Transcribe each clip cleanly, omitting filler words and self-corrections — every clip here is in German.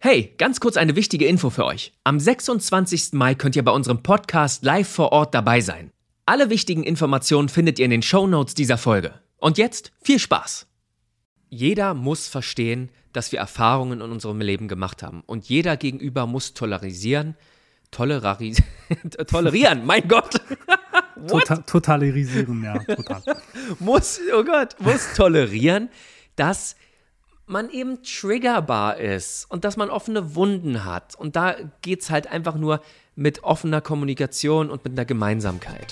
Hey, ganz kurz eine wichtige Info für euch. Am 26. Mai könnt ihr bei unserem Podcast live vor Ort dabei sein. Alle wichtigen Informationen findet ihr in den Shownotes dieser Folge. Und jetzt viel Spaß! Jeder muss verstehen, dass wir Erfahrungen in unserem Leben gemacht haben. Und jeder gegenüber muss tolerieren, mein Gott! Totalisieren, ja, total. muss tolerieren, dass man eben triggerbar ist und dass man offene Wunden hat. Und da geht's halt einfach nur mit offener Kommunikation und mit einer Gemeinsamkeit.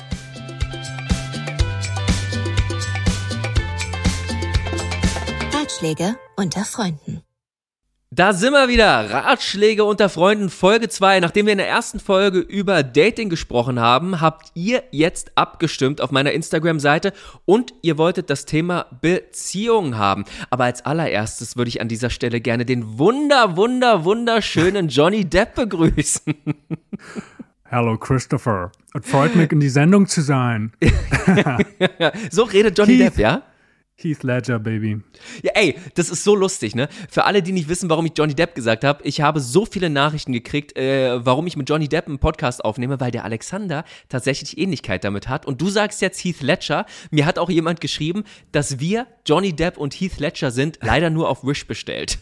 Ratschläge unter Freunden. Da sind wir wieder. Ratschläge unter Freunden, Folge 2. Nachdem wir in der ersten Folge über Dating gesprochen haben, habt ihr jetzt abgestimmt auf meiner Instagram-Seite und ihr wolltet das Thema Beziehungen haben. Aber als allererstes würde ich an dieser Stelle gerne den wunderschönen Johnny Depp begrüßen. Hallo Christopher, es freut mich, in die Sendung zu sein. So redet Johnny Depp, ja? Heath Ledger, Baby. Ja, ey, das ist so lustig, ne? Für alle, die nicht wissen, warum ich Johnny Depp gesagt habe, ich habe so viele Nachrichten gekriegt, warum ich mit Johnny Depp einen Podcast aufnehme, weil der Alexander tatsächlich Ähnlichkeit damit hat. Und du sagst jetzt Heath Ledger. Mir hat auch jemand geschrieben, dass wir, Johnny Depp und Heath Ledger sind, leider nur auf Wish bestellt.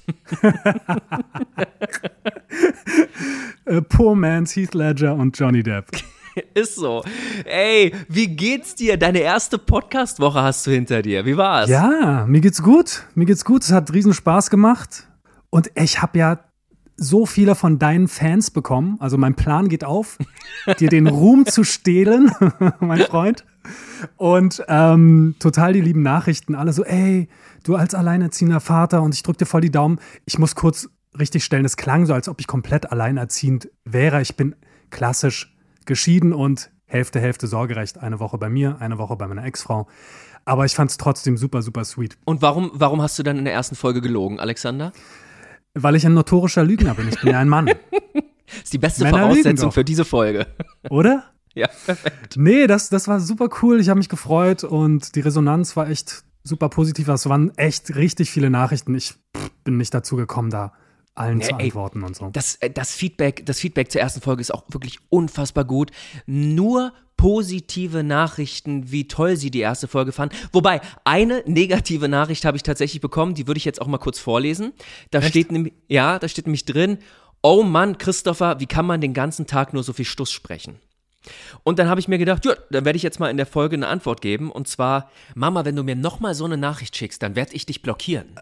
Poor man's Heath Ledger und Johnny Depp. Ist so. Ey, wie geht's dir? Deine erste Podcast-Woche hast du hinter dir. Wie war's? Ja, mir geht's gut. Es hat riesen Spaß gemacht. Und ich habe ja so viele von deinen Fans bekommen. Also mein Plan geht auf, dir den Ruhm zu stehlen, mein Freund. Und total die lieben Nachrichten. Alle so, ey, du als alleinerziehender Vater und ich drück dir voll die Daumen. Ich muss kurz richtig stellen, es klang so, als ob ich komplett alleinerziehend wäre. Ich bin klassisch geschieden und Hälfte Sorgerecht. Eine Woche bei mir, eine Woche bei meiner Ex-Frau. Aber ich fand es trotzdem super sweet. Und warum hast du dann in der ersten Folge gelogen, Alexander? Weil ich ein notorischer Lügner bin. Ich bin ja ein Mann. Das ist die beste Männer Voraussetzung für diese Folge. Oder? Ja, perfekt. Nee, das war super cool. Ich habe mich gefreut und die Resonanz war echt super positiv. Es waren echt richtig viele Nachrichten. Ich bin nicht dazu gekommen, da allen zu antworten und so. Das Feedback zur ersten Folge ist auch wirklich unfassbar gut. Nur positive Nachrichten, wie toll sie die erste Folge fanden. Wobei, eine negative Nachricht habe ich tatsächlich bekommen, die würde ich jetzt auch mal kurz vorlesen. Da steht nämlich drin, oh Mann, Christopher, wie kann man den ganzen Tag nur so viel Stuss sprechen? Und dann habe ich mir gedacht, ja, dann werde ich jetzt mal in der Folge eine Antwort geben. Und zwar, Mama, wenn du mir nochmal so eine Nachricht schickst, dann werde ich dich blockieren.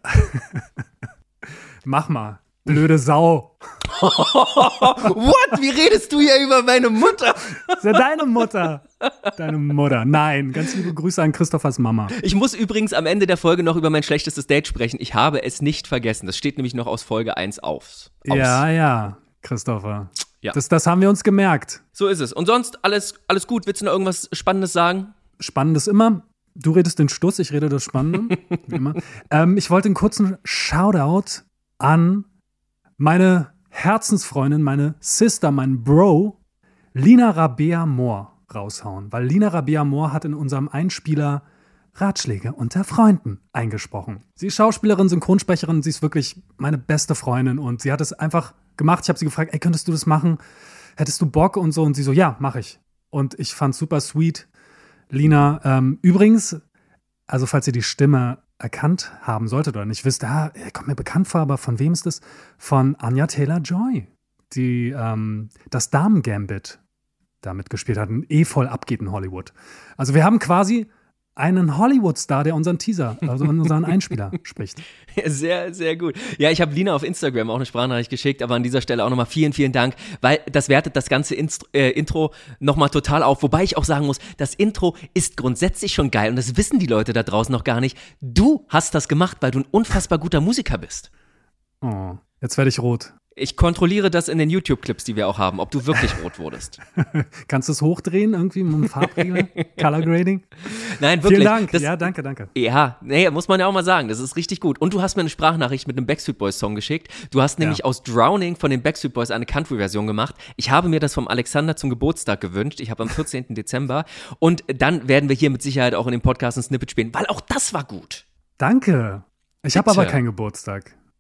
Mach mal. Blöde Sau. What? Wie redest du hier über meine Mutter? Das ist ja deine Mutter. Deine Mutter. Nein, ganz liebe Grüße an Christophers Mama. Ich muss übrigens am Ende der Folge noch über mein schlechtestes Date sprechen. Ich habe es nicht vergessen. Das steht nämlich noch aus Folge 1 aus. Ja, Christopher. Ja. Das haben wir uns gemerkt. So ist es. Und sonst alles gut? Willst du noch irgendwas Spannendes sagen? Spannendes immer. Du redest den Stuss, ich rede das Spannende. Wie immer. Ich wollte einen kurzen Shoutout an meine Herzensfreundin, meine Sister, mein Bro, Lina Rabea Mohr raushauen. Weil Lina Rabea Mohr hat in unserem Einspieler Ratschläge unter Freunden eingesprochen. Sie ist Schauspielerin, Synchronsprecherin, sie ist wirklich meine beste Freundin und sie hat es einfach gemacht. Ich habe sie gefragt, ey, könntest du das machen? Hättest du Bock und so? Und sie so, ja, mach ich. Und ich fand's super sweet. Lina, übrigens, also falls ihr die Stimme erkannt haben solltet oder nicht wisst, er kommt mir bekannt vor, aber von wem ist das? Von Anya Taylor-Joy, die das Damen-Gambit damit gespielt hat und voll abgeht in Hollywood. Also wir haben quasi einen Hollywood-Star, der unseren Teaser, also unseren Einspieler spricht. Sehr, sehr gut. Ja, ich habe Lina auf Instagram auch eine Sprachnachricht geschickt, aber an dieser Stelle auch nochmal vielen Dank, weil das wertet das ganze Intro nochmal total auf. Wobei ich auch sagen muss, das Intro ist grundsätzlich schon geil und das wissen die Leute da draußen noch gar nicht. Du hast das gemacht, weil du ein unfassbar guter Musiker bist. Oh, jetzt werde ich rot. Ich kontrolliere das in den YouTube-Clips, die wir auch haben, ob du wirklich rot wurdest. Kannst du es hochdrehen irgendwie mit einem Farbregler? Color Grading? Nein, wirklich. Vielen Dank. Ja, danke. Ja, nee, muss man ja auch mal sagen, das ist richtig gut. Und du hast mir eine Sprachnachricht mit einem Backstreet Boys Song geschickt. Du hast nämlich aus Drowning von den Backstreet Boys eine Country-Version gemacht. Ich habe mir das vom Alexander zum Geburtstag gewünscht. Ich habe am 14. Dezember. Und dann werden wir hier mit Sicherheit auch in dem Podcast ein Snippet spielen, weil auch das war gut. Danke. Ich habe aber keinen Geburtstag.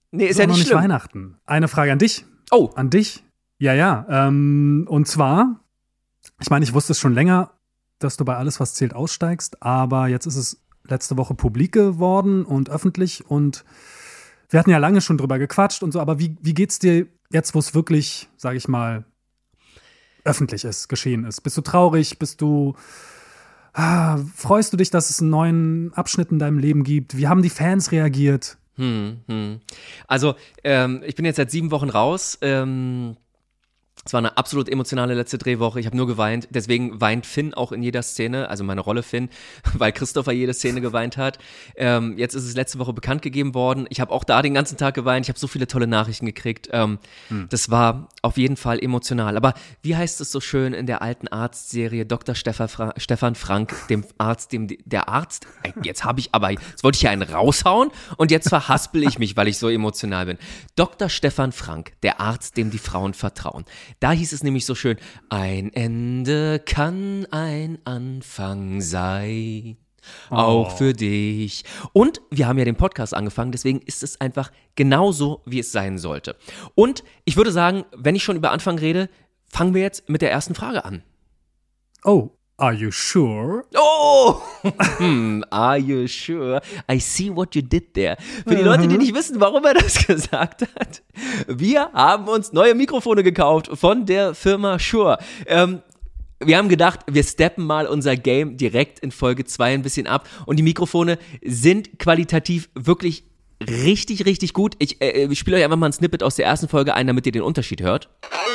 Nee, ist ja noch nicht schlimm. Weihnachten. Eine Frage an dich. Oh. An dich? Ja. Und zwar, ich meine, ich wusste es schon länger, dass du bei Alles, was zählt, aussteigst, aber jetzt ist es letzte Woche publik geworden und öffentlich und wir hatten ja lange schon drüber gequatscht und so, aber wie geht's dir jetzt, wo es wirklich, sage ich mal, öffentlich ist, geschehen ist? Bist du traurig? Freust du dich, dass es einen neuen Abschnitt in deinem Leben gibt? Wie haben die Fans reagiert? Also, ich bin jetzt seit 7 Wochen raus. Es war eine absolut emotionale letzte Drehwoche. Ich habe nur geweint. Deswegen weint Finn auch in jeder Szene, also meine Rolle Finn, weil Christopher jede Szene geweint hat. Jetzt ist es letzte Woche bekannt gegeben worden. Ich habe auch da den ganzen Tag geweint. Ich habe so viele tolle Nachrichten gekriegt. Das war auf jeden Fall emotional. Aber wie heißt es so schön in der alten Arztserie Dr. Stefan Frank, dem Arzt, jetzt wollte ich ja einen raushauen und jetzt verhaspel ich mich, weil ich so emotional bin. Dr. Stefan Frank, der Arzt, dem die Frauen vertrauen. Da hieß es nämlich so schön, ein Ende kann ein Anfang sein, auch für dich. Und wir haben ja den Podcast angefangen, deswegen ist es einfach genauso, wie es sein sollte. Und ich würde sagen, wenn ich schon über Anfang rede, fangen wir jetzt mit der ersten Frage an. Oh, are you sure? Oh! Are you sure? I see what you did there. Für die Leute, die nicht wissen, warum er das gesagt hat. Wir haben uns neue Mikrofone gekauft von der Firma Shure. Wir haben gedacht, wir steppen mal unser Game direkt in Folge 2 ein bisschen ab. Und die Mikrofone sind qualitativ wirklich richtig, richtig gut. Ich spiele euch einfach mal ein Snippet aus der ersten Folge ein, damit ihr den Unterschied hört.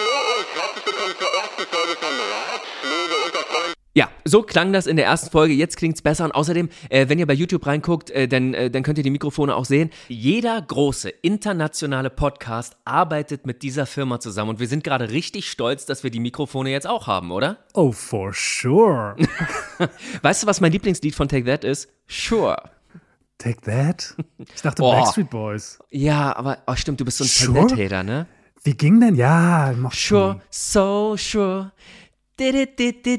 Ja, so klang das in der ersten Folge, jetzt klingt's besser und außerdem, wenn ihr bei YouTube reinguckt, dann könnt ihr die Mikrofone auch sehen. Jeder große internationale Podcast arbeitet mit dieser Firma zusammen und wir sind gerade richtig stolz, dass wir die Mikrofone jetzt auch haben, oder? Oh, for sure. Weißt du, was mein Lieblingslied von Take That ist? Sure. Take That? Ich dachte Backstreet Boys. Ja, aber stimmt, du bist so ein Sure? Take That-Hater, ne? Wie ging denn? Ja, Sure, so sure. Did it,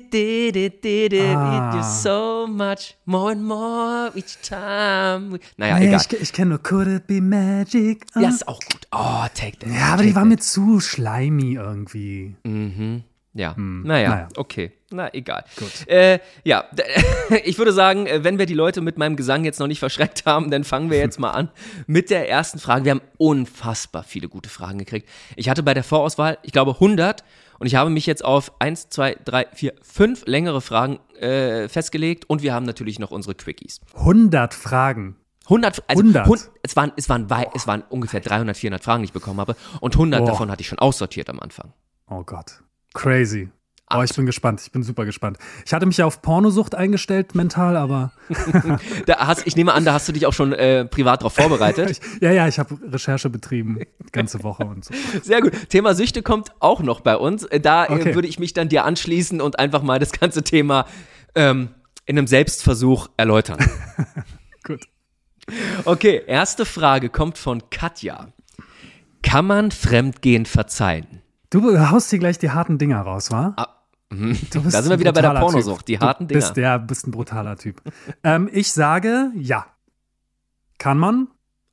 you so much, more and more each time. Naja, egal. Ich kenne nur Could It Be Magic? Ja, ist auch gut. Oh, Take That. Ja, aber die war mir zu slimy irgendwie. Ja, naja, okay. Na, egal. Gut. Ja, ich würde sagen, wenn wir die Leute mit meinem Gesang jetzt noch nicht verschreckt haben, dann fangen wir jetzt mal an mit der ersten Frage. Wir haben unfassbar viele gute Fragen gekriegt. Ich hatte bei der Vorauswahl, ich glaube, 100 und ich habe mich jetzt auf 1, 2, 3, 4, 5 längere Fragen festgelegt und wir haben natürlich noch unsere Quickies. 100 Fragen. 100. Es waren ungefähr 300, 400 Fragen, die ich bekommen habe und 100 davon hatte ich schon aussortiert am Anfang. Oh Gott. Crazy. Oh, ich bin gespannt. Ich bin super gespannt. Ich hatte mich ja auf Pornosucht eingestellt, mental, aber ich nehme an, da hast du dich auch schon privat drauf vorbereitet. Ja, ich habe Recherche betrieben, ganze Woche und so. Sehr gut. Thema Süchte kommt auch noch bei uns. Da würde ich mich dann dir anschließen und einfach mal das ganze Thema in einem Selbstversuch erläutern. Gut. Okay, erste Frage kommt von Katja. Kann man Fremdgehen verzeihen? Du haust hier gleich die harten Dinger raus, wa? Da sind wir wieder bei der Pornosucht, die harten Dinger. Bist ein brutaler Typ. Ich sage, ja. Kann man?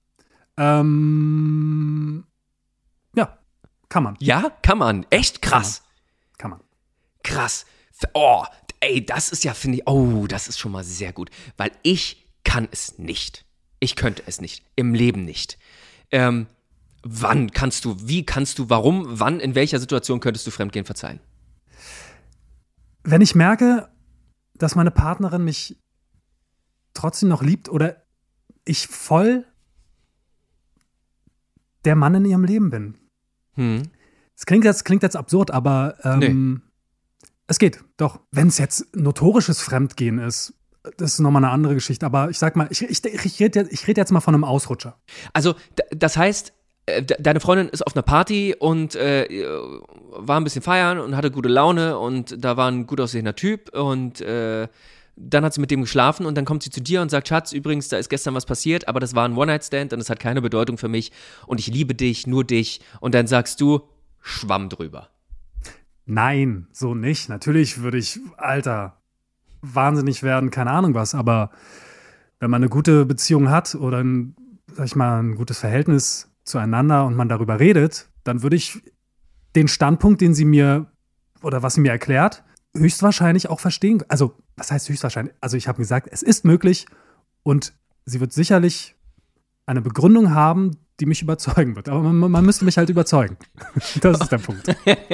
Ja, kann man. Ja, kann man. Echt krass. Kann man. Krass. Oh, ey, das ist ja, finde ich, das ist schon mal sehr gut. Weil ich kann es nicht. Ich könnte es nicht. Im Leben nicht. Wann kannst du, wie kannst du, warum, wann, in welcher Situation könntest du Fremdgehen verzeihen? Wenn ich merke, dass meine Partnerin mich trotzdem noch liebt oder ich voll der Mann in ihrem Leben bin. Das klingt jetzt absurd, aber es geht, doch. Wenn es jetzt notorisches Fremdgehen ist, das ist nochmal eine andere Geschichte. Aber ich sag mal, ich rede jetzt mal von einem Ausrutscher. Also, das heißt, deine Freundin ist auf einer Party und war ein bisschen feiern und hatte gute Laune und da war ein gut aussehender Typ und dann hat sie mit dem geschlafen und dann kommt sie zu dir und sagt, Schatz, übrigens, da ist gestern was passiert, aber das war ein One-Night-Stand und es hat keine Bedeutung für mich und ich liebe dich, nur dich und dann sagst du, Schwamm drüber. Nein, so nicht. Natürlich würde ich, Alter, wahnsinnig werden, keine Ahnung was, aber wenn man eine gute Beziehung hat oder ein gutes Verhältnis zueinander und man darüber redet, dann würde ich den Standpunkt, den sie mir oder was sie mir erklärt, höchstwahrscheinlich auch verstehen. Also, was heißt höchstwahrscheinlich? Also, ich habe gesagt, es ist möglich und sie wird sicherlich eine Begründung haben, die mich überzeugen wird. Aber man müsste mich halt überzeugen. Das ist der Punkt.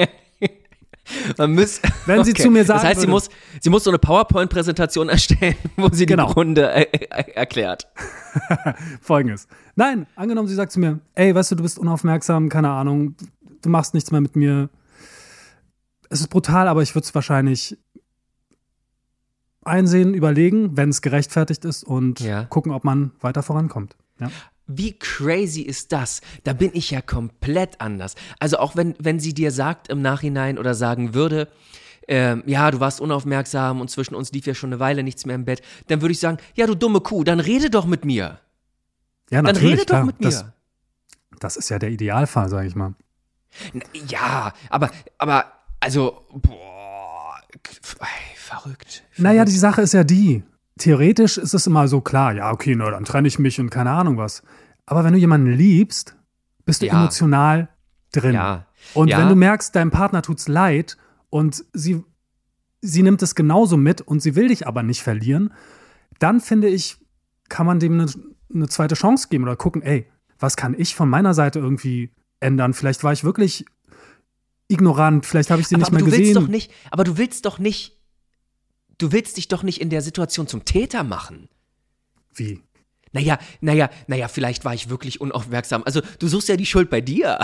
Wenn sie zu mir sagen das heißt, sie muss so eine PowerPoint-Präsentation erstellen, wo sie die Gründe erklärt. Folgendes. Nein, angenommen, sie sagt zu mir, ey, weißt du, du bist unaufmerksam, keine Ahnung, du machst nichts mehr mit mir. Es ist brutal, aber ich würde es wahrscheinlich einsehen, überlegen, wenn es gerechtfertigt ist und gucken, ob man weiter vorankommt. Ja. Wie crazy ist das? Da bin ich ja komplett anders. Also auch wenn sie dir sagt im Nachhinein oder sagen würde, ja, du warst unaufmerksam und zwischen uns lief ja schon eine Weile nichts mehr im Bett, dann würde ich sagen, ja, du dumme Kuh, dann rede doch mit mir. Ja, dann natürlich, rede doch mit mir. Das ist ja der Idealfall, sage ich mal. Ja, aber also, boah, verrückt. Naja, die Sache ist ja die, theoretisch ist es immer so klar, ja, okay, na, dann trenne ich mich und keine Ahnung was. Aber wenn du jemanden liebst, bist du emotional drin. Ja. Und wenn du merkst, deinem Partner tut's leid und sie nimmt es genauso mit und sie will dich aber nicht verlieren, dann finde ich, kann man dem eine zweite Chance geben oder gucken, ey, was kann ich von meiner Seite irgendwie ändern? Vielleicht war ich wirklich ignorant, vielleicht habe ich sie nicht mehr gesehen. Du willst dich doch nicht in der Situation zum Täter machen. Wie? Naja, vielleicht war ich wirklich unaufmerksam. Also, du suchst ja die Schuld bei dir.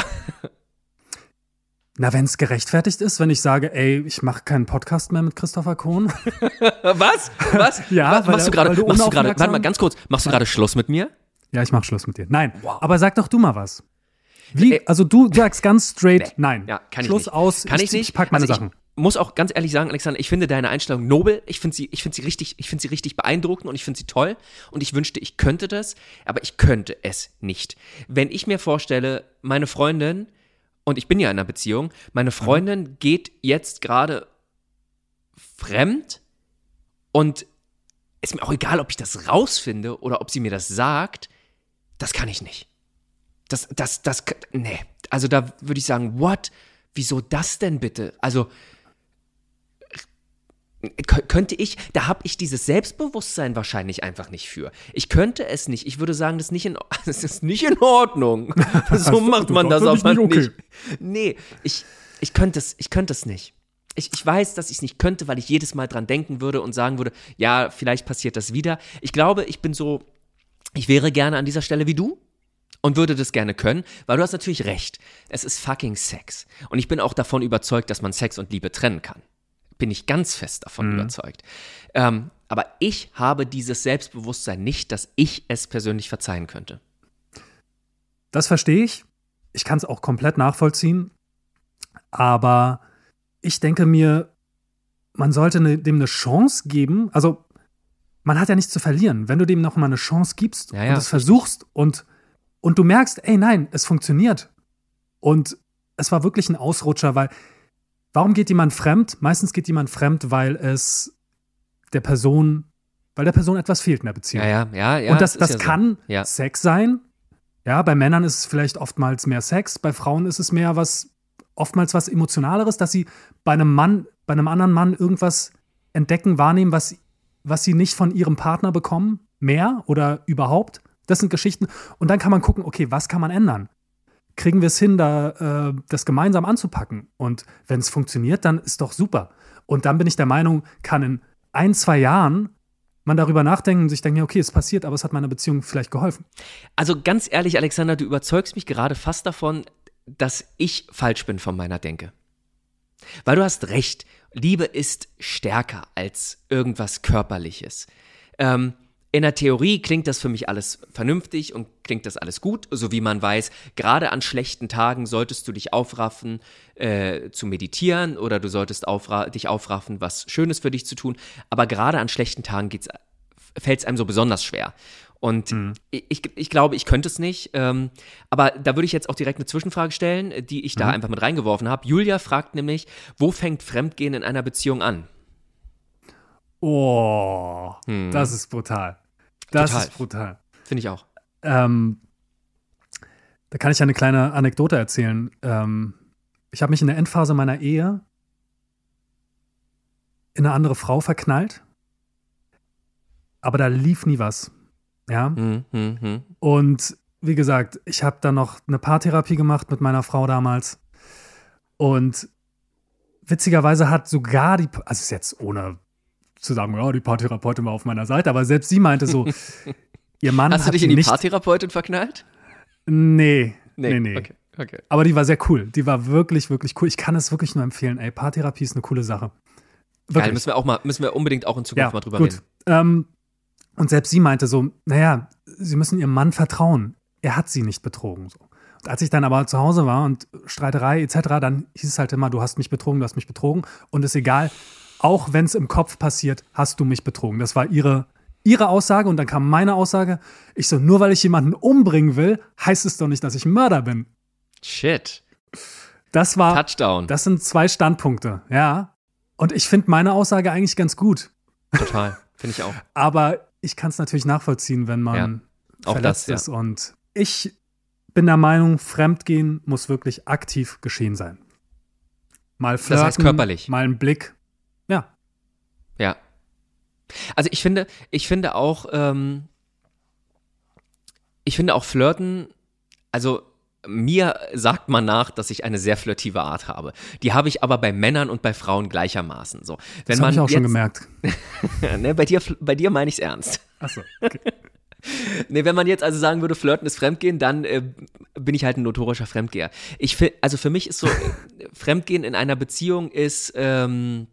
Na, wenn es gerechtfertigt ist, wenn ich sage, ey, ich mache keinen Podcast mehr mit Christopher Kohn. Was? Ja, machst du gerade, warte mal ganz kurz, machst du gerade Schluss mit mir? Ja, ich mache Schluss mit dir. Nein, aber sag doch du mal was. Wie? Also du sagst ganz straight, nein. Ja, kann Schluss ich nicht. Aus, kann ich nicht. Ich pack meine Sachen. Ich muss auch ganz ehrlich sagen, Alexander, ich finde deine Einstellung nobel. Ich finde sie richtig beeindruckend und ich finde sie toll. Und ich wünschte, ich könnte das, aber ich könnte es nicht. Wenn ich mir vorstelle, meine Freundin, und ich bin ja in einer Beziehung, meine Freundin geht jetzt gerade fremd und ist mir auch egal, ob ich das rausfinde oder ob sie mir das sagt, das kann ich nicht. Nee. Also da würde ich sagen, what? Wieso das denn bitte? Also könnte ich, da habe ich dieses Selbstbewusstsein wahrscheinlich einfach nicht für. Ich könnte es nicht. Ich würde sagen, das ist nicht in Ordnung. So macht man das aber nicht. Nee, ich könnte es nicht. Ich weiß, dass ich es nicht könnte, weil ich jedes Mal dran denken würde und sagen würde, ja, vielleicht passiert das wieder. Ich glaube, ich wäre gerne an dieser Stelle wie du und würde das gerne können, weil du hast natürlich recht. Es ist fucking Sex. Und ich bin auch davon überzeugt, dass man Sex und Liebe trennen kann. Bin ich ganz fest davon überzeugt. Aber ich habe dieses Selbstbewusstsein nicht, dass ich es persönlich verzeihen könnte. Das verstehe ich. Ich kann es auch komplett nachvollziehen. Aber ich denke mir, man sollte dem eine Chance geben. Also, man hat ja nichts zu verlieren. Wenn du dem noch mal eine Chance gibst und es versuchst und du merkst, ey, nein, es funktioniert. Und es war wirklich ein Ausrutscher, weil warum geht jemand fremd? Meistens geht jemand fremd, weil der Person etwas fehlt in der Beziehung. Ja. Und das kann Sex sein. Ja, bei Männern ist es vielleicht oftmals mehr Sex, bei Frauen ist es mehr oftmals was Emotionaleres, dass sie bei einem anderen Mann irgendwas entdecken, wahrnehmen, was sie nicht von ihrem Partner bekommen, mehr oder überhaupt. Das sind Geschichten. Und dann kann man gucken, okay, was kann man ändern? Kriegen wir es hin, das gemeinsam anzupacken? Und wenn es funktioniert, dann ist doch super. Und dann bin ich der Meinung, kann in 1-2 Jahren man darüber nachdenken und sich denken, okay, es passiert, aber es hat meiner Beziehung vielleicht geholfen. Also ganz ehrlich, Alexander, du überzeugst mich gerade fast davon, dass ich falsch bin von meiner Denke. Weil du hast recht, Liebe ist stärker als irgendwas Körperliches. In der Theorie klingt das für mich alles vernünftig und klingt das alles gut, so wie man weiß, gerade an schlechten Tagen solltest du dich aufraffen, zu meditieren oder du solltest dich aufraffen, was Schönes für dich zu tun, aber gerade an schlechten Tagen fällt es einem so besonders schwer. Und ich glaube, ich könnte es nicht, aber da würde ich jetzt auch direkt eine Zwischenfrage stellen, die ich da einfach mit reingeworfen habe. Julia fragt nämlich, wo fängt Fremdgehen in einer Beziehung an? Oh, das ist brutal. Das Total. ist brutal. Finde ich auch. Das Da kann ich eine kleine Anekdote erzählen. Ich habe mich in der Endphase meiner Ehe in eine andere Frau verknallt, aber da lief nie was. Ja. Und wie gesagt, ich habe dann noch eine Paartherapie gemacht mit meiner Frau damals. Und witzigerweise hat sogar also ist jetzt ohne zu sagen, ja, die Paartherapeutin war auf meiner Seite, aber selbst sie meinte so, ihr Mann Hast du dich in die Paartherapeutin verknallt? Nee. Okay. Aber die war sehr cool. Die war wirklich, wirklich cool. Ich kann es wirklich nur empfehlen. Ey, Paartherapie ist eine coole Sache. Geil, müssen wir unbedingt auch in Zukunft mal drüber reden. Und selbst sie meinte so, naja, sie müssen ihrem Mann vertrauen. Er hat sie nicht betrogen. So. Und als ich dann aber zu Hause war und Streiterei etc., dann hieß es halt immer, du hast mich betrogen. Und ist egal, auch wenn es im Kopf passiert, hast du mich betrogen. Das war ihre Aussage und dann kam meine Aussage. Ich so, nur weil ich jemanden umbringen will, heißt es doch nicht, dass ich ein Mörder bin. Shit. Das war Touchdown. Das sind 2 Standpunkte, ja. Und ich finde meine Aussage eigentlich ganz gut. Total, finde ich auch. Aber ich kann es natürlich nachvollziehen, wenn man verletzt ist. Ja. Und ich bin der Meinung, Fremdgehen muss wirklich aktiv geschehen sein. Mal flirten, das heißt körperlich. Mal ein Blick. Ja. Ja. Also ich finde auch Flirten, also mir sagt man nach, dass ich eine sehr flirtive Art habe. Die habe ich aber bei Männern und bei Frauen gleichermaßen. So. Das habe ich auch schon gemerkt. Ne, bei dir meine ich es ernst. Achso, okay. Nee, wenn man jetzt also sagen würde, Flirten ist Fremdgehen, dann bin ich halt ein notorischer Fremdgeher. Also für mich ist so, Fremdgehen in einer Beziehung ist, wenn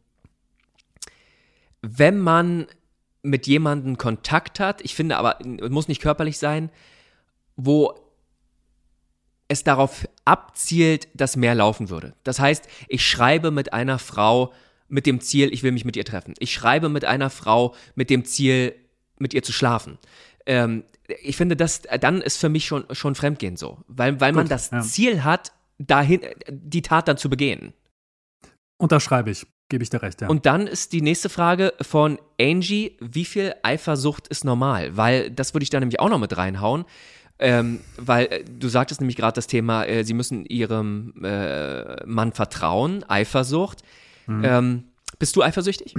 man mit jemandem Kontakt hat, ich finde aber, muss nicht körperlich sein, wo es darauf abzielt, dass mehr laufen würde. Das heißt, ich schreibe mit einer Frau mit dem Ziel, ich will mich mit ihr treffen. Ich schreibe mit einer Frau mit dem Ziel, mit ihr zu schlafen. Ich finde, dann ist für mich schon Fremdgehen so. Weil man das Ziel hat, dahin die Tat dann zu begehen. Unterschreibe ich. Gebe ich dir recht, ja. Und dann ist die nächste Frage von Angie, wie viel Eifersucht ist normal? Weil das würde ich da nämlich auch noch mit reinhauen. Weil du sagtest nämlich gerade das Thema, sie müssen ihrem Mann vertrauen, Eifersucht. Bist du eifersüchtig?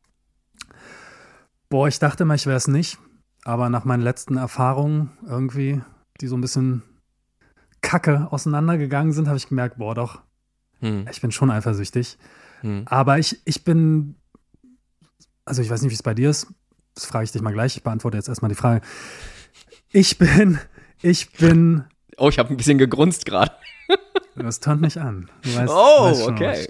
Boah, ich dachte mal, ich wäre es nicht. Aber nach meinen letzten Erfahrungen irgendwie, die so ein bisschen kacke auseinandergegangen sind, habe ich gemerkt, boah doch, ich bin schon eifersüchtig. Aber ich bin, also ich weiß nicht, wie es bei dir ist, das frage ich dich mal gleich, ich beantworte jetzt erstmal die Frage. Ich bin Oh, ich habe ein bisschen gegrunzt gerade. Das tönt mich an. Du weißt schon, okay.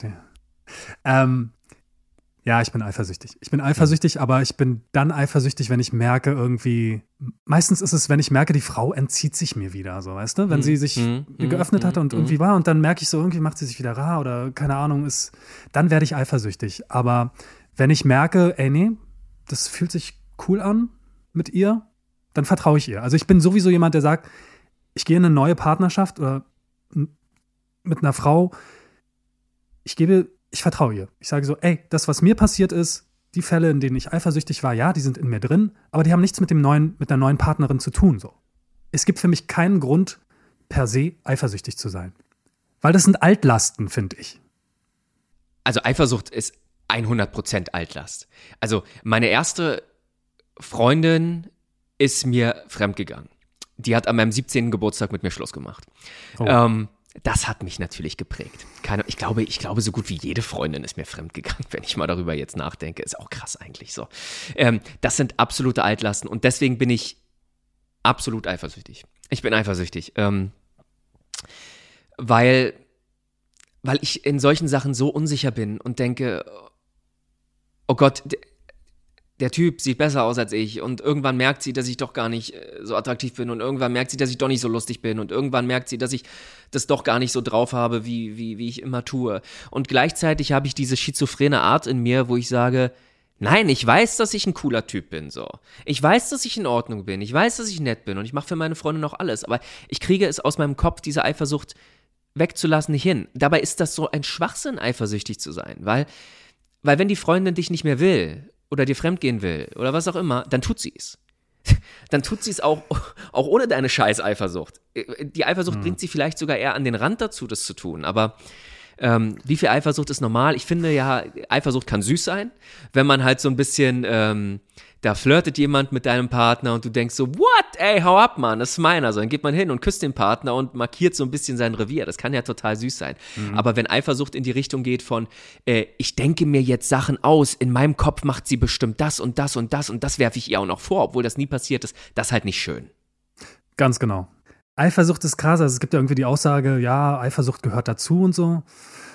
Ja, ich bin eifersüchtig. Aber ich bin dann eifersüchtig, wenn ich merke irgendwie, meistens ist es, wenn ich merke, die Frau entzieht sich mir wieder, so, weißt du? Wenn sie sich geöffnet hatte und irgendwie war und dann merke ich so, irgendwie macht sie sich wieder rar oder keine Ahnung, dann werde ich eifersüchtig. Aber wenn ich merke, ey, nee, das fühlt sich cool an mit ihr, dann vertraue ich ihr. Also ich bin sowieso jemand, der sagt, ich gehe in eine neue Partnerschaft oder mit einer Frau, ich vertraue ihr. Ich sage so, ey, das, was mir passiert ist, die Fälle, in denen ich eifersüchtig war, ja, die sind in mir drin, aber die haben nichts mit der neuen Partnerin zu tun. So. Es gibt für mich keinen Grund, per se eifersüchtig zu sein. Weil das sind Altlasten, finde ich. Also Eifersucht ist 100% Altlast. Also meine erste Freundin ist mir fremdgegangen. Die hat an meinem 17. Geburtstag mit mir Schluss gemacht. Oh. Das hat mich natürlich geprägt. Ich glaube, so gut wie jede Freundin ist mir fremdgegangen, wenn ich mal darüber jetzt nachdenke. Ist auch krass eigentlich so. Das sind absolute Altlasten und deswegen bin ich absolut eifersüchtig. Ich bin eifersüchtig, weil ich in solchen Sachen so unsicher bin und denke, oh Gott, der Typ sieht besser aus als ich und irgendwann merkt sie, dass ich doch gar nicht so attraktiv bin und irgendwann merkt sie, dass ich doch nicht so lustig bin und irgendwann merkt sie, dass ich das doch gar nicht so drauf habe, wie ich immer tue. Und gleichzeitig habe ich diese schizophrene Art in mir, wo ich sage, nein, ich weiß, dass ich ein cooler Typ bin, so. Ich weiß, dass ich in Ordnung bin, ich weiß, dass ich nett bin und ich mache für meine Freunde noch alles, aber ich kriege es aus meinem Kopf, diese Eifersucht wegzulassen, nicht hin. Dabei ist das so ein Schwachsinn, eifersüchtig zu sein, weil wenn die Freundin dich nicht mehr will oder dir fremdgehen will oder was auch immer, dann tut sie es. dann tut sie es auch ohne deine scheiß Eifersucht. Die Eifersucht bringt sie vielleicht sogar eher an den Rand dazu, das zu tun, aber wie viel Eifersucht ist normal? Ich finde ja, Eifersucht kann süß sein, wenn man halt so ein bisschen, da flirtet jemand mit deinem Partner und du denkst so, what, ey, hau ab, Mann, das ist meiner. So, dann geht man hin und küsst den Partner und markiert so ein bisschen sein Revier. Das kann ja total süß sein. Aber wenn Eifersucht in die Richtung geht von, ich denke mir jetzt Sachen aus, in meinem Kopf macht sie bestimmt das und das und das und das werfe ich ihr auch noch vor, obwohl das nie passiert ist, das ist halt nicht schön. Ganz genau. Eifersucht ist krass. Also es gibt ja irgendwie die Aussage, ja, Eifersucht gehört dazu und so.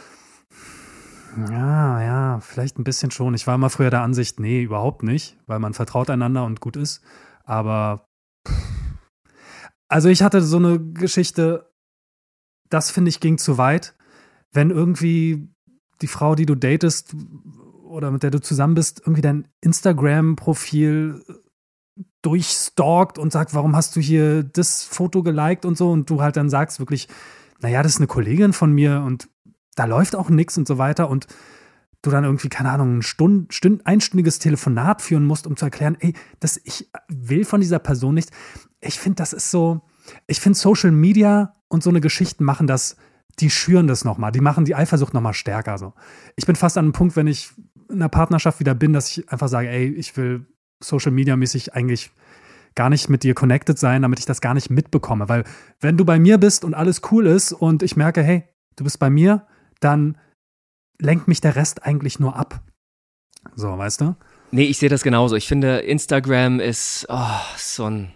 Ja, vielleicht ein bisschen schon. Ich war immer früher der Ansicht, nee, überhaupt nicht, weil man vertraut einander und gut ist. Aber also ich hatte so eine Geschichte, das finde ich ging zu weit. Wenn irgendwie die Frau, die du datest oder mit der du zusammen bist, irgendwie dein Instagram-Profil durchstalkt und sagt, warum hast du hier das Foto geliked und so, und du halt dann sagst wirklich, naja, das ist eine Kollegin von mir und da läuft auch nichts und so weiter, und du dann irgendwie, keine Ahnung, ein einstündiges Telefonat führen musst, um zu erklären, ey, ich will von dieser Person nichts. Ich finde, das ist so, ich finde Social Media und so eine Geschichten machen das, die schüren das nochmal, die machen die Eifersucht nochmal stärker. So. Ich bin fast an einem Punkt, wenn ich in einer Partnerschaft wieder bin, dass ich einfach sage, ey, ich will Social Media mäßig eigentlich gar nicht mit dir connected sein, damit ich das gar nicht mitbekomme. Weil wenn du bei mir bist und alles cool ist und ich merke, hey, du bist bei mir, dann lenkt mich der Rest eigentlich nur ab. So, weißt du? Nee, ich sehe das genauso. Ich finde, Instagram ist so ein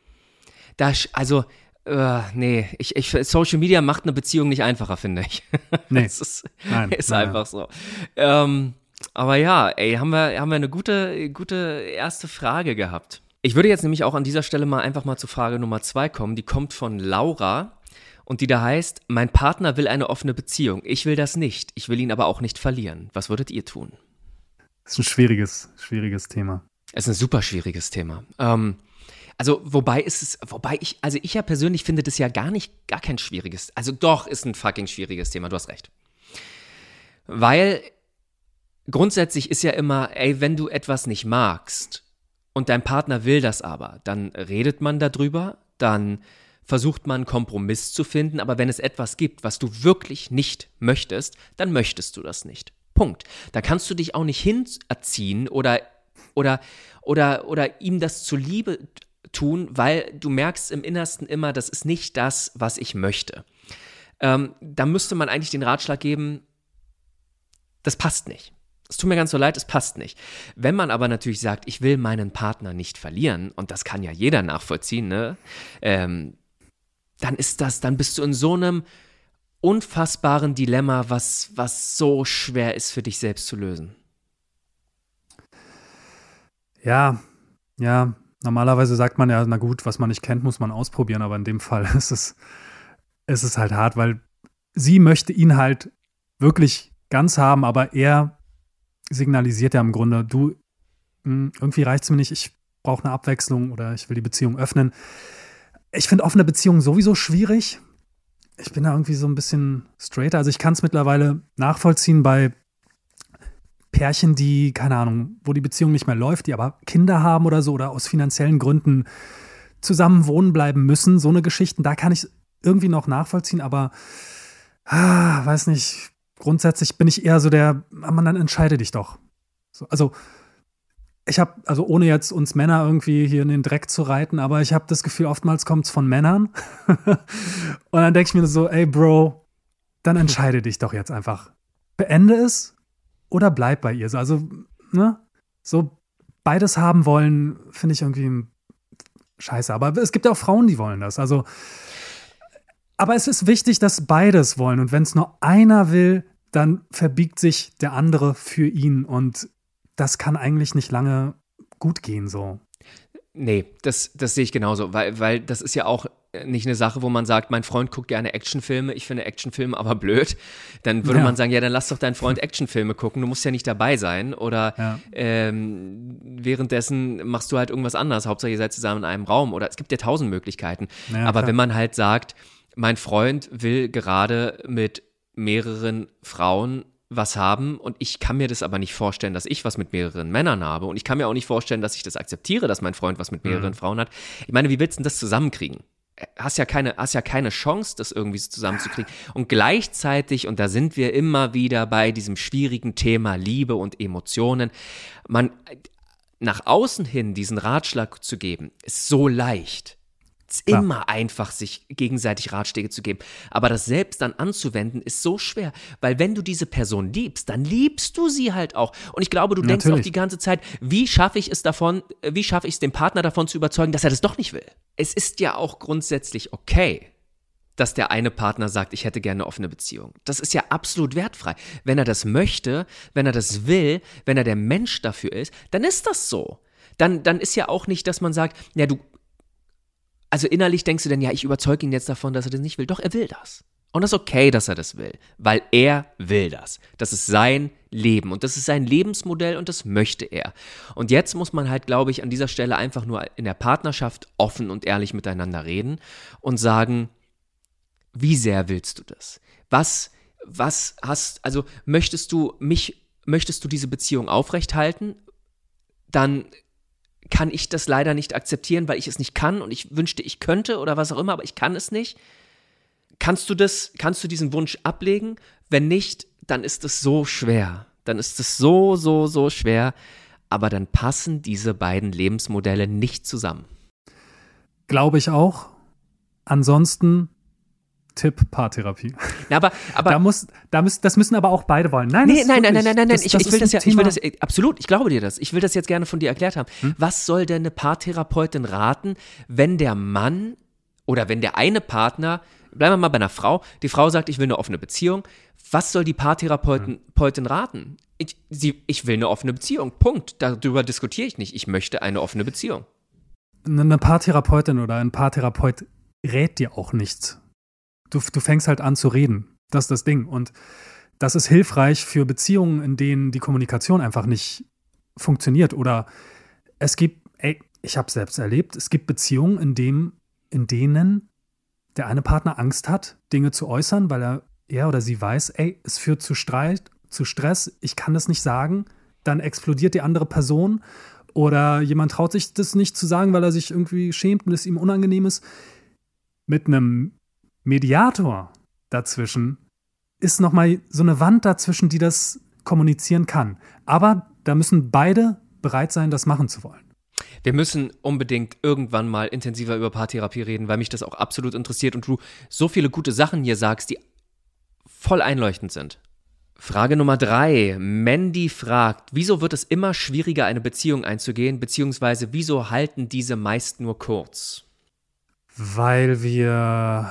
Social Media macht eine Beziehung nicht einfacher, finde ich. Nee. ist einfach so. Aber ja, ey, haben wir eine gute erste Frage gehabt. Ich würde jetzt nämlich auch an dieser Stelle einfach mal zu Frage Nummer 2 kommen. Die kommt von Laura und die da heißt, mein Partner will eine offene Beziehung. Ich will das nicht. Ich will ihn aber auch nicht verlieren. Was würdet ihr tun? Das ist ein schwieriges Thema. Es ist ein super schwieriges Thema. Ich ja persönlich finde das ja gar kein schwieriges, also doch, ist ein fucking schwieriges Thema, du hast recht. Weil grundsätzlich ist ja immer, ey, wenn du etwas nicht magst und dein Partner will das aber, dann redet man darüber, dann versucht man einen Kompromiss zu finden, aber wenn es etwas gibt, was du wirklich nicht möchtest, dann möchtest du das nicht. Punkt. Da kannst du dich auch nicht hinerziehen oder ihm das zuliebe tun, weil du merkst im Innersten immer, das ist nicht das, was ich möchte. Da müsste man eigentlich den Ratschlag geben, das passt nicht. Es tut mir ganz so leid, es passt nicht. Wenn man aber natürlich sagt, ich will meinen Partner nicht verlieren, und das kann ja jeder nachvollziehen, ne? Dann bist du in so einem unfassbaren Dilemma, was so schwer ist für dich selbst zu lösen. Ja, normalerweise sagt man ja, na gut, was man nicht kennt, muss man ausprobieren, aber in dem Fall ist es halt hart, weil sie möchte ihn halt wirklich ganz haben, aber er signalisiert ja im Grunde, du, irgendwie reicht's mir nicht, ich brauche eine Abwechslung oder ich will die Beziehung öffnen. Ich finde offene Beziehungen sowieso schwierig. Ich bin da irgendwie so ein bisschen straighter. Also ich kann es mittlerweile nachvollziehen bei Pärchen, die, keine Ahnung, wo die Beziehung nicht mehr läuft, die aber Kinder haben oder so oder aus finanziellen Gründen zusammen wohnen bleiben müssen. So eine Geschichten, da kann ich irgendwie noch nachvollziehen, aber weiß nicht, grundsätzlich bin ich eher so man, dann entscheide dich doch. So, also ohne jetzt uns Männer irgendwie hier in den Dreck zu reiten, aber ich habe das Gefühl, oftmals kommt es von Männern. Und dann denke ich mir so, ey Bro, dann entscheide dich doch jetzt einfach. Beende es oder bleib bei ihr. Also, ne? So beides haben wollen, finde ich irgendwie scheiße. Aber es gibt ja auch Frauen, die wollen das. Also, aber es ist wichtig, dass beides wollen. Und wenn es nur einer will, dann verbiegt sich der andere für ihn. Und das kann eigentlich nicht lange gut gehen so. Nee, das sehe ich genauso, weil das ist ja auch nicht eine Sache, wo man sagt, mein Freund guckt gerne Actionfilme, ich finde Actionfilme aber blöd. Dann würde man sagen, ja, dann lass doch deinen Freund Actionfilme gucken, du musst ja nicht dabei sein. Oder währenddessen machst du halt irgendwas anderes, Hauptsache ihr seid zusammen in einem Raum. Oder es gibt ja 1000 Möglichkeiten. Ja, aber klar. Wenn man halt sagt, mein Freund will gerade mit mehreren Frauen was haben und ich kann mir das aber nicht vorstellen, dass ich was mit mehreren Männern habe und ich kann mir auch nicht vorstellen, dass ich das akzeptiere, dass mein Freund was mit mehreren Frauen hat. Ich meine, wie willst du denn das zusammenkriegen? Hast ja keine Chance, das irgendwie so zusammenzukriegen. Und gleichzeitig, und da sind wir immer wieder bei diesem schwierigen Thema Liebe und Emotionen, nach außen hin diesen Ratschlag zu geben, ist so leicht. Es ist immer einfach, sich gegenseitig Ratschläge zu geben. Aber das selbst dann anzuwenden, ist so schwer. Weil wenn du diese Person liebst, dann liebst du sie halt auch. Und ich glaube, du denkst auch die ganze Zeit, wie schaffe ich es, den Partner davon zu überzeugen, dass er das doch nicht will? Es ist ja auch grundsätzlich okay, dass der eine Partner sagt, ich hätte gerne eine offene Beziehung. Das ist ja absolut wertfrei. Wenn er das möchte, wenn er das will, wenn er der Mensch dafür ist, dann ist das so. Dann ist ja auch nicht, dass man sagt, ja, also innerlich denkst du dann, ja, ich überzeuge ihn jetzt davon, dass er das nicht will. Doch, er will das. Und das ist okay, dass er das will, weil er will das. Das ist sein Leben und das ist sein Lebensmodell und das möchte er. Und jetzt muss man halt, glaube ich, an dieser Stelle einfach nur in der Partnerschaft offen und ehrlich miteinander reden und sagen, wie sehr willst du das? Möchtest du diese Beziehung aufrechthalten? Dann kann ich das leider nicht akzeptieren, weil ich es nicht kann und ich wünschte, ich könnte oder was auch immer, aber ich kann es nicht. Kannst du diesen Wunsch ablegen? Wenn nicht, dann ist es so schwer. Dann ist es so, so, so schwer. Aber dann passen diese beiden Lebensmodelle nicht zusammen. Glaube ich auch. Ansonsten Tipp Paartherapie. Ja, aber das müssen aber auch beide wollen. Nein, nein. Ich will das absolut. Ich glaube dir das. Ich will das jetzt gerne von dir erklärt haben. Was soll denn eine Paartherapeutin raten, wenn der Mann oder wenn der eine Partner, bleiben wir mal bei einer Frau, die Frau sagt, ich will eine offene Beziehung. Was soll die Paartherapeutin raten? Ich will eine offene Beziehung. Punkt. Darüber diskutiere ich nicht. Ich möchte eine offene Beziehung. Eine Paartherapeutin oder ein Paartherapeut rät dir auch nichts. Du fängst halt an zu reden. Das ist das Ding. Und das ist hilfreich für Beziehungen, in denen die Kommunikation einfach nicht funktioniert. Oder ich habe es selbst erlebt, es gibt Beziehungen, in denen der eine Partner Angst hat, Dinge zu äußern, weil er oder sie weiß, es führt zu Streit, zu Stress, ich kann das nicht sagen. Dann explodiert die andere Person. Oder jemand traut sich das nicht zu sagen, weil er sich irgendwie schämt und es ihm unangenehm ist. Mit einem Mediator dazwischen ist nochmal so eine Wand dazwischen, die das kommunizieren kann. Aber da müssen beide bereit sein, das machen zu wollen. Wir müssen unbedingt irgendwann mal intensiver über Paartherapie reden, weil mich das auch absolut interessiert und du so viele gute Sachen hier sagst, die voll einleuchtend sind. Frage Nummer 3. Mandy fragt, wieso wird es immer schwieriger, eine Beziehung einzugehen, beziehungsweise wieso halten diese meist nur kurz? Weil wir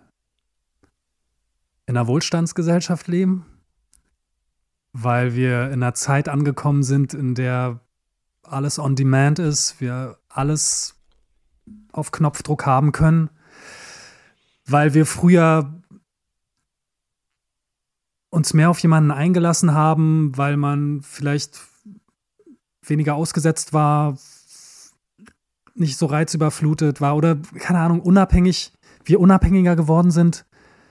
in einer Wohlstandsgesellschaft leben, weil wir in einer Zeit angekommen sind, in der alles on demand ist, wir alles auf Knopfdruck haben können, weil wir früher uns mehr auf jemanden eingelassen haben, weil man vielleicht weniger ausgesetzt war, nicht so reizüberflutet war oder, keine Ahnung, unabhängiger geworden sind.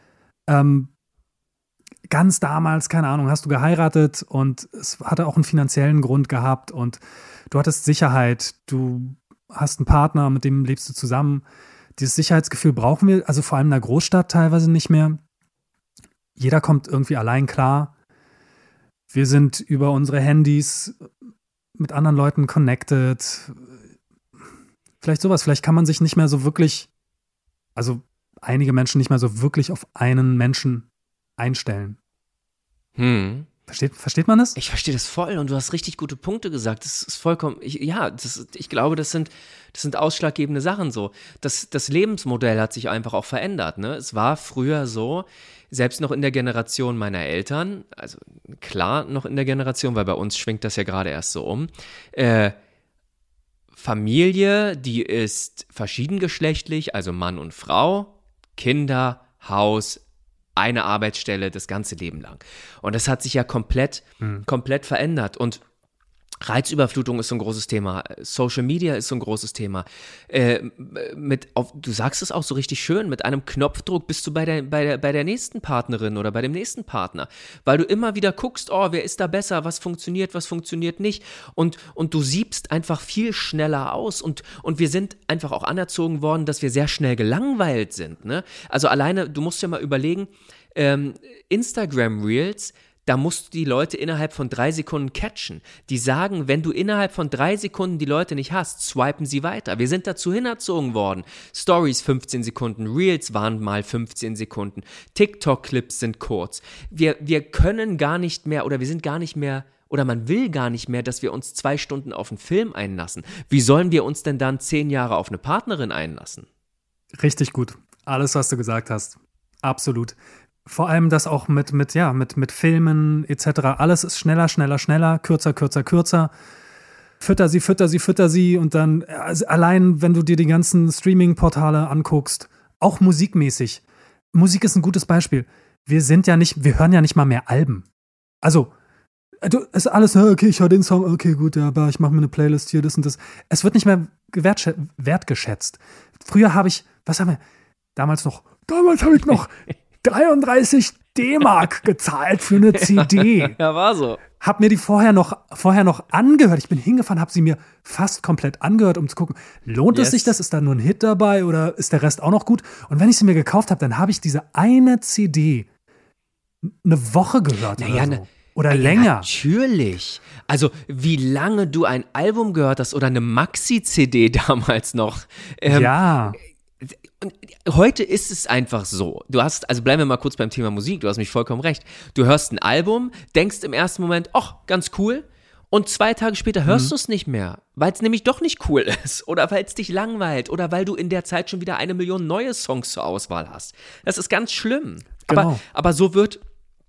Ganz damals, keine Ahnung, hast du geheiratet und es hatte auch einen finanziellen Grund gehabt und du hattest Sicherheit, du hast einen Partner, mit dem lebst du zusammen. Dieses Sicherheitsgefühl brauchen wir, also vor allem in der Großstadt teilweise nicht mehr. Jeder kommt irgendwie allein klar. Wir sind über unsere Handys mit anderen Leuten connected. Vielleicht sowas, vielleicht kann man sich nicht mehr so wirklich, also einige Menschen nicht mehr so wirklich auf einen Menschen einstellen. Versteht man das? Ich verstehe das voll und du hast richtig gute Punkte gesagt. Das ist vollkommen, ich glaube, das sind ausschlaggebende Sachen so. Das Lebensmodell hat sich einfach auch verändert. Ne? Es war früher so, selbst noch in der Generation meiner Eltern, also klar noch in der Generation, weil bei uns schwingt das ja gerade erst so um, Familie, die ist verschiedengeschlechtlich, also Mann und Frau, Kinder, Haus, eine Arbeitsstelle das ganze Leben lang. Und das hat sich ja komplett verändert. Und Reizüberflutung ist so ein großes Thema. Social Media ist so ein großes Thema. Du sagst es auch so richtig schön, mit einem Knopfdruck bist du bei der nächsten Partnerin oder bei dem nächsten Partner. Weil du immer wieder guckst, oh, wer ist da besser, was funktioniert nicht. Und du siebst einfach viel schneller aus. Und wir sind einfach auch anerzogen worden, dass wir sehr schnell gelangweilt sind. Ne? Also alleine, du musst dir mal überlegen, Instagram Reels, da musst du die Leute innerhalb von 3 Sekunden catchen. Die sagen, wenn du innerhalb von 3 Sekunden die Leute nicht hast, swipen sie weiter. Wir sind dazu hinerzogen worden. Stories 15 Sekunden, Reels waren mal 15 Sekunden, TikTok-Clips sind kurz. Wir können gar nicht mehr oder wir sind gar nicht mehr oder man will gar nicht mehr, dass wir uns 2 Stunden auf einen Film einlassen. Wie sollen wir uns denn dann 10 Jahre auf eine Partnerin einlassen? Richtig gut. Alles, was du gesagt hast. Absolut. Vor allem das auch mit Filmen etc. Alles ist schneller, kürzer. Fütter sie und dann, also allein wenn du dir die ganzen Streaming-Portale anguckst, auch musikmäßig. Musik ist ein gutes Beispiel. Wir hören ja nicht mal mehr Alben. Also, ist alles, okay, ich höre den Song, okay, gut, ja, aber ich mache mir eine Playlist hier, das und das. Es wird nicht mehr wertgeschätzt. Früher damals habe ich noch 33 D-Mark gezahlt für eine CD. Ja, war so. Hab mir die vorher noch angehört. Ich bin hingefahren, hab sie mir fast komplett angehört, um zu gucken, lohnt es sich das? Ist da nur ein Hit dabei oder ist der Rest auch noch gut? Und wenn ich sie mir gekauft habe, dann habe ich diese eine CD eine Woche gehört oder länger. Natürlich. Also, wie lange du ein Album gehört hast oder eine Maxi-CD damals noch. Ja. Und heute ist es einfach so. Also bleiben wir mal kurz beim Thema Musik, du hast mich vollkommen recht. Du hörst ein Album, denkst im ersten Moment, ach, ganz cool. Und 2 Tage später hörst du es nicht mehr, weil es nämlich doch nicht cool ist oder weil es dich langweilt oder weil du in der Zeit schon wieder 1 Million neue Songs zur Auswahl hast. Das ist ganz schlimm. Genau. Aber so wird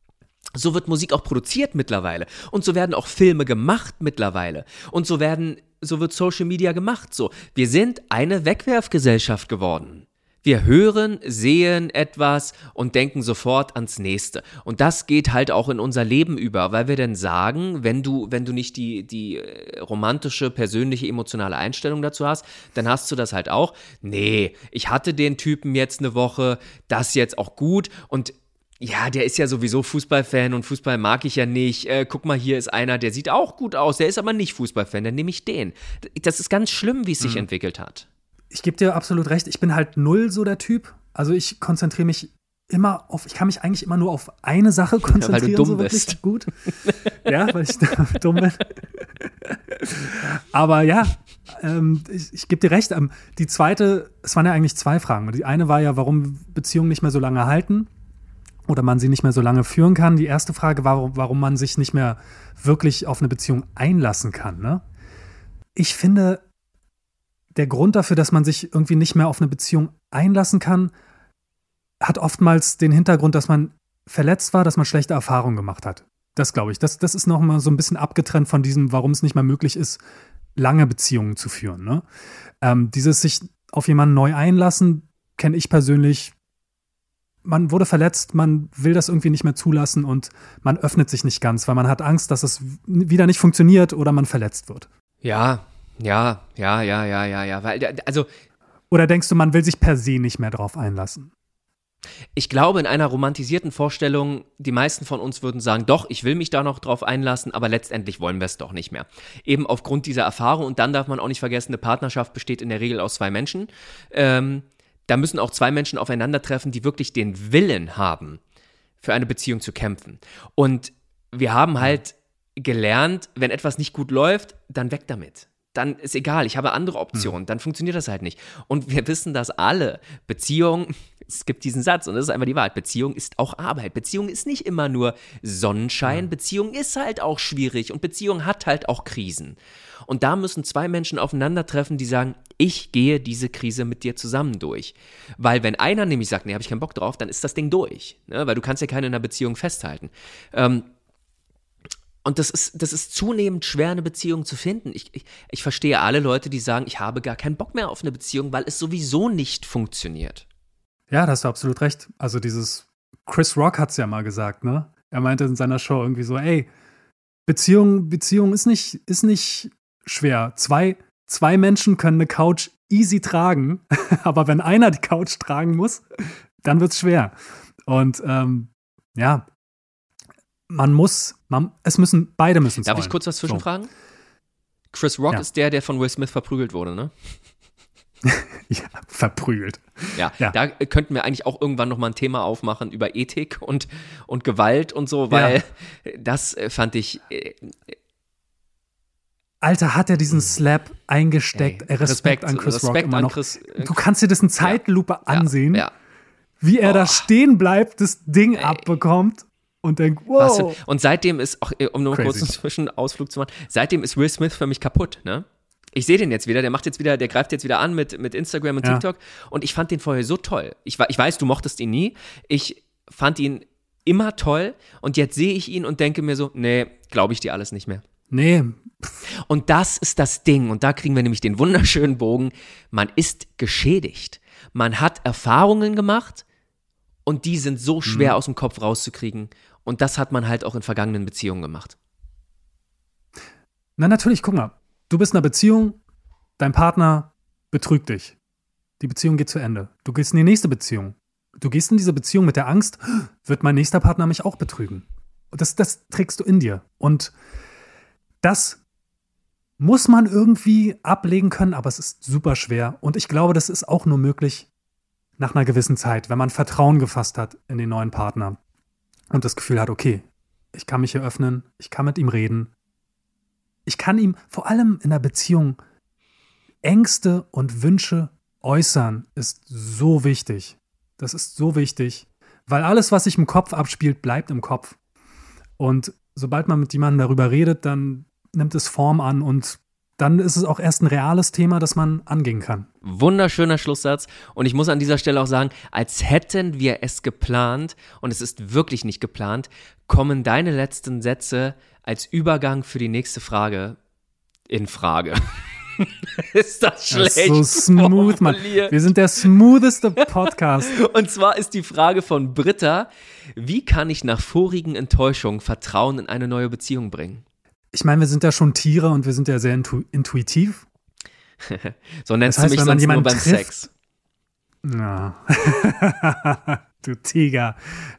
Musik auch produziert mittlerweile. Und so werden auch Filme gemacht mittlerweile. Und so wird Social Media gemacht. So, wir sind eine Wegwerfgesellschaft geworden. Wir hören, sehen etwas und denken sofort ans Nächste. Und das geht halt auch in unser Leben über, weil wir dann sagen, wenn du nicht die romantische, persönliche, emotionale Einstellung dazu hast, dann hast du das halt auch. Nee, ich hatte den Typen jetzt eine Woche, das jetzt auch gut und ja, der ist ja sowieso Fußballfan und Fußball mag ich ja nicht. Guck mal, hier ist einer, der sieht auch gut aus, der ist aber nicht Fußballfan, dann nehme ich den. Das ist ganz schlimm, wie es sich entwickelt hat. Ich gebe dir absolut recht, ich bin halt null so der Typ. Also ich konzentriere mich ich kann mich eigentlich immer nur auf eine Sache konzentrieren. Ja, weil du dumm so bist. Gut. Ja, weil ich dumm bin. Aber ja, ich gebe dir recht. Die zweite, es waren ja eigentlich 2 Fragen. Die eine war ja, warum Beziehungen nicht mehr so lange halten oder man sie nicht mehr so lange führen kann. Die erste Frage war, warum man sich nicht mehr wirklich auf eine Beziehung einlassen kann. Ne? Ich finde, der Grund dafür, dass man sich irgendwie nicht mehr auf eine Beziehung einlassen kann, hat oftmals den Hintergrund, dass man verletzt war, dass man schlechte Erfahrungen gemacht hat. Das glaube ich. Das ist noch mal so ein bisschen abgetrennt von diesem, warum es nicht mehr möglich ist, lange Beziehungen zu führen. Ne? Dieses sich auf jemanden neu einlassen, kenne ich persönlich. Man wurde verletzt, man will das irgendwie nicht mehr zulassen und man öffnet sich nicht ganz, weil man hat Angst, dass es wieder nicht funktioniert oder man verletzt wird. Ja. Also, oder denkst du, man will sich per se nicht mehr drauf einlassen? Ich glaube, in einer romantisierten Vorstellung, die meisten von uns würden sagen, doch, ich will mich da noch drauf einlassen, aber letztendlich wollen wir es doch nicht mehr. Eben aufgrund dieser Erfahrung. Und dann darf man auch nicht vergessen, eine Partnerschaft besteht in der Regel aus 2 Menschen. Da müssen auch 2 Menschen aufeinandertreffen, die wirklich den Willen haben, für eine Beziehung zu kämpfen. Und wir haben halt gelernt, wenn etwas nicht gut läuft, dann weg damit. Dann ist egal, ich habe andere Optionen, dann funktioniert das halt nicht. Und wir wissen das alle. Beziehung, es gibt diesen Satz und das ist einfach die Wahrheit, Beziehung ist auch Arbeit. Beziehung ist nicht immer nur Sonnenschein, Beziehung ist halt auch schwierig und Beziehung hat halt auch Krisen. Und da müssen 2 Menschen aufeinandertreffen, die sagen, ich gehe diese Krise mit dir zusammen durch. Weil wenn einer nämlich sagt, nee, habe ich keinen Bock drauf, dann ist das Ding durch. Ne? Weil du kannst ja keinen in einer Beziehung festhalten. Und das ist zunehmend schwer, eine Beziehung zu finden. Ich verstehe alle Leute, die sagen, ich habe gar keinen Bock mehr auf eine Beziehung, weil es sowieso nicht funktioniert. Ja, da hast du absolut recht. Also Chris Rock hat es ja mal gesagt, ne? Er meinte in seiner Show irgendwie so, ey, Beziehung ist nicht schwer. Zwei Menschen können eine Couch easy tragen, aber wenn einer die Couch tragen muss, dann wird's schwer. Und ja, beide müssen zahlen. Darf ich kurz was zwischenfragen? Chris Rock ist der von Will Smith verprügelt wurde, ne? Ja, verprügelt. Ja, da könnten wir eigentlich auch irgendwann nochmal ein Thema aufmachen über Ethik und Gewalt und so, weil das fand ich. Alter, hat er diesen Slap eingesteckt. Respekt an Chris Rock immer noch. Du kannst dir das in Zeitlupe ansehen, wie er da stehen bleibt, das Ding abbekommt und denkt, wow. Und seitdem ist, auch um nur kurz einen Zwischenausflug zu machen, seitdem ist Will Smith für mich kaputt, ne? Ich sehe den jetzt wieder, der greift jetzt wieder an mit Instagram und TikTok und ich fand den vorher so toll. Ich weiß, du mochtest ihn nie. Ich fand ihn immer toll und jetzt sehe ich ihn und denke mir so, nee, glaube ich dir alles nicht mehr. Nee. Und das ist das Ding und da kriegen wir nämlich den wunderschönen Bogen. Man ist geschädigt. Man hat Erfahrungen gemacht und die sind so schwer aus dem Kopf rauszukriegen und das hat man halt auch in vergangenen Beziehungen gemacht. Na natürlich, guck mal. Du bist in einer Beziehung, dein Partner betrügt dich. Die Beziehung geht zu Ende. Du gehst in die nächste Beziehung. Du gehst in diese Beziehung mit der Angst, wird mein nächster Partner mich auch betrügen. Und das trägst du in dir. Und das muss man irgendwie ablegen können, aber es ist super schwer. Und ich glaube, das ist auch nur möglich nach einer gewissen Zeit, wenn man Vertrauen gefasst hat in den neuen Partner und das Gefühl hat, okay, ich kann mich hier öffnen, ich kann mit ihm reden. Ich kann ihm vor allem in der Beziehung Ängste und Wünsche äußern, ist so wichtig. Das ist so wichtig, weil alles, was sich im Kopf abspielt, bleibt im Kopf. Und sobald man mit jemandem darüber redet, dann nimmt es Form an und dann ist es auch erst ein reales Thema, das man angehen kann. Wunderschöner Schlusssatz. Und ich muss an dieser Stelle auch sagen, als hätten wir es geplant, und es ist wirklich nicht geplant, kommen deine letzten Sätze als Übergang für die nächste Frage in Frage. Ist das schlecht? Das ist so smooth, Mann. Wir sind der smootheste Podcast. Und zwar ist die Frage von Britta: Wie kann ich nach vorigen Enttäuschungen Vertrauen in eine neue Beziehung bringen? Ich meine, wir sind ja schon Tiere und wir sind ja sehr intuitiv. So nennst du mich sonst nur beim Sex. Ja. Du Tiger.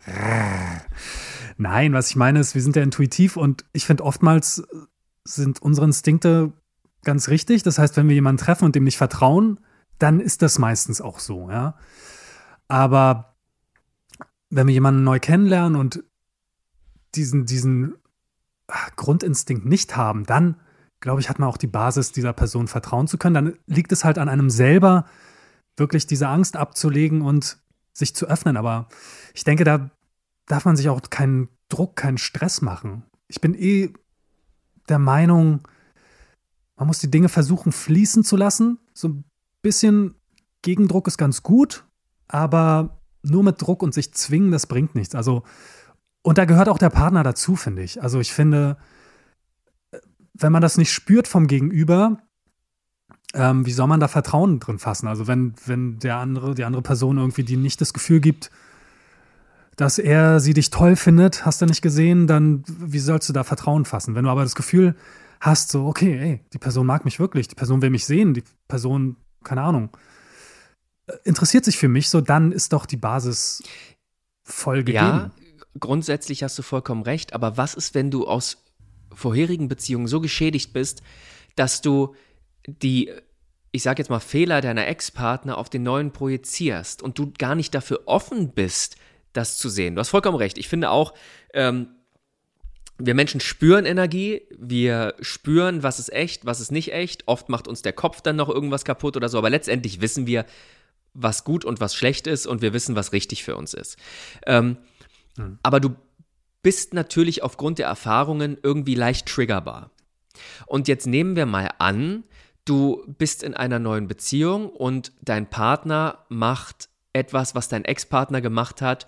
Nein, was ich meine ist, wir sind ja intuitiv und ich finde, oftmals sind unsere Instinkte ganz richtig. Das heißt, wenn wir jemanden treffen und dem nicht vertrauen, dann ist das meistens auch so, ja. Aber wenn wir jemanden neu kennenlernen und diesen Grundinstinkt nicht haben, dann, glaube ich, hat man auch die Basis, dieser Person vertrauen zu können. Dann liegt es halt an einem selber, wirklich diese Angst abzulegen und sich zu öffnen. Aber ich denke, da darf man sich auch keinen Druck, keinen Stress machen. Ich bin der Meinung, man muss die Dinge versuchen, fließen zu lassen. So ein bisschen Gegendruck ist ganz gut, aber nur mit Druck und sich zwingen, das bringt nichts. Also, und da gehört auch der Partner dazu, finde ich. Also ich finde, wenn man das nicht spürt vom Gegenüber, wie soll man da Vertrauen drin fassen? Also wenn die andere Person irgendwie die nicht das Gefühl gibt, dass sie dich toll findet, hast du nicht gesehen, dann wie sollst du da Vertrauen fassen? Wenn du aber das Gefühl hast, so, okay, ey, die Person mag mich wirklich, die Person will mich sehen, die Person, keine Ahnung, interessiert sich für mich, so, dann ist doch die Basis voll gegeben. Ja, grundsätzlich hast du vollkommen recht, aber was ist, wenn du aus vorherigen Beziehungen so geschädigt bist, dass du ich sag jetzt mal, Fehler deiner Ex-Partner auf den neuen projizierst und du gar nicht dafür offen bist, das zu sehen. Du hast vollkommen recht. Ich finde auch, wir Menschen spüren Energie, wir spüren, was ist echt, was ist nicht echt. Oft macht uns der Kopf dann noch irgendwas kaputt oder so, aber letztendlich wissen wir, was gut und was schlecht ist und wir wissen, was richtig für uns ist. Aber du bist natürlich aufgrund der Erfahrungen irgendwie leicht triggerbar. Und jetzt nehmen wir mal an, du bist in einer neuen Beziehung und dein Partner macht etwas, was dein Ex-Partner gemacht hat,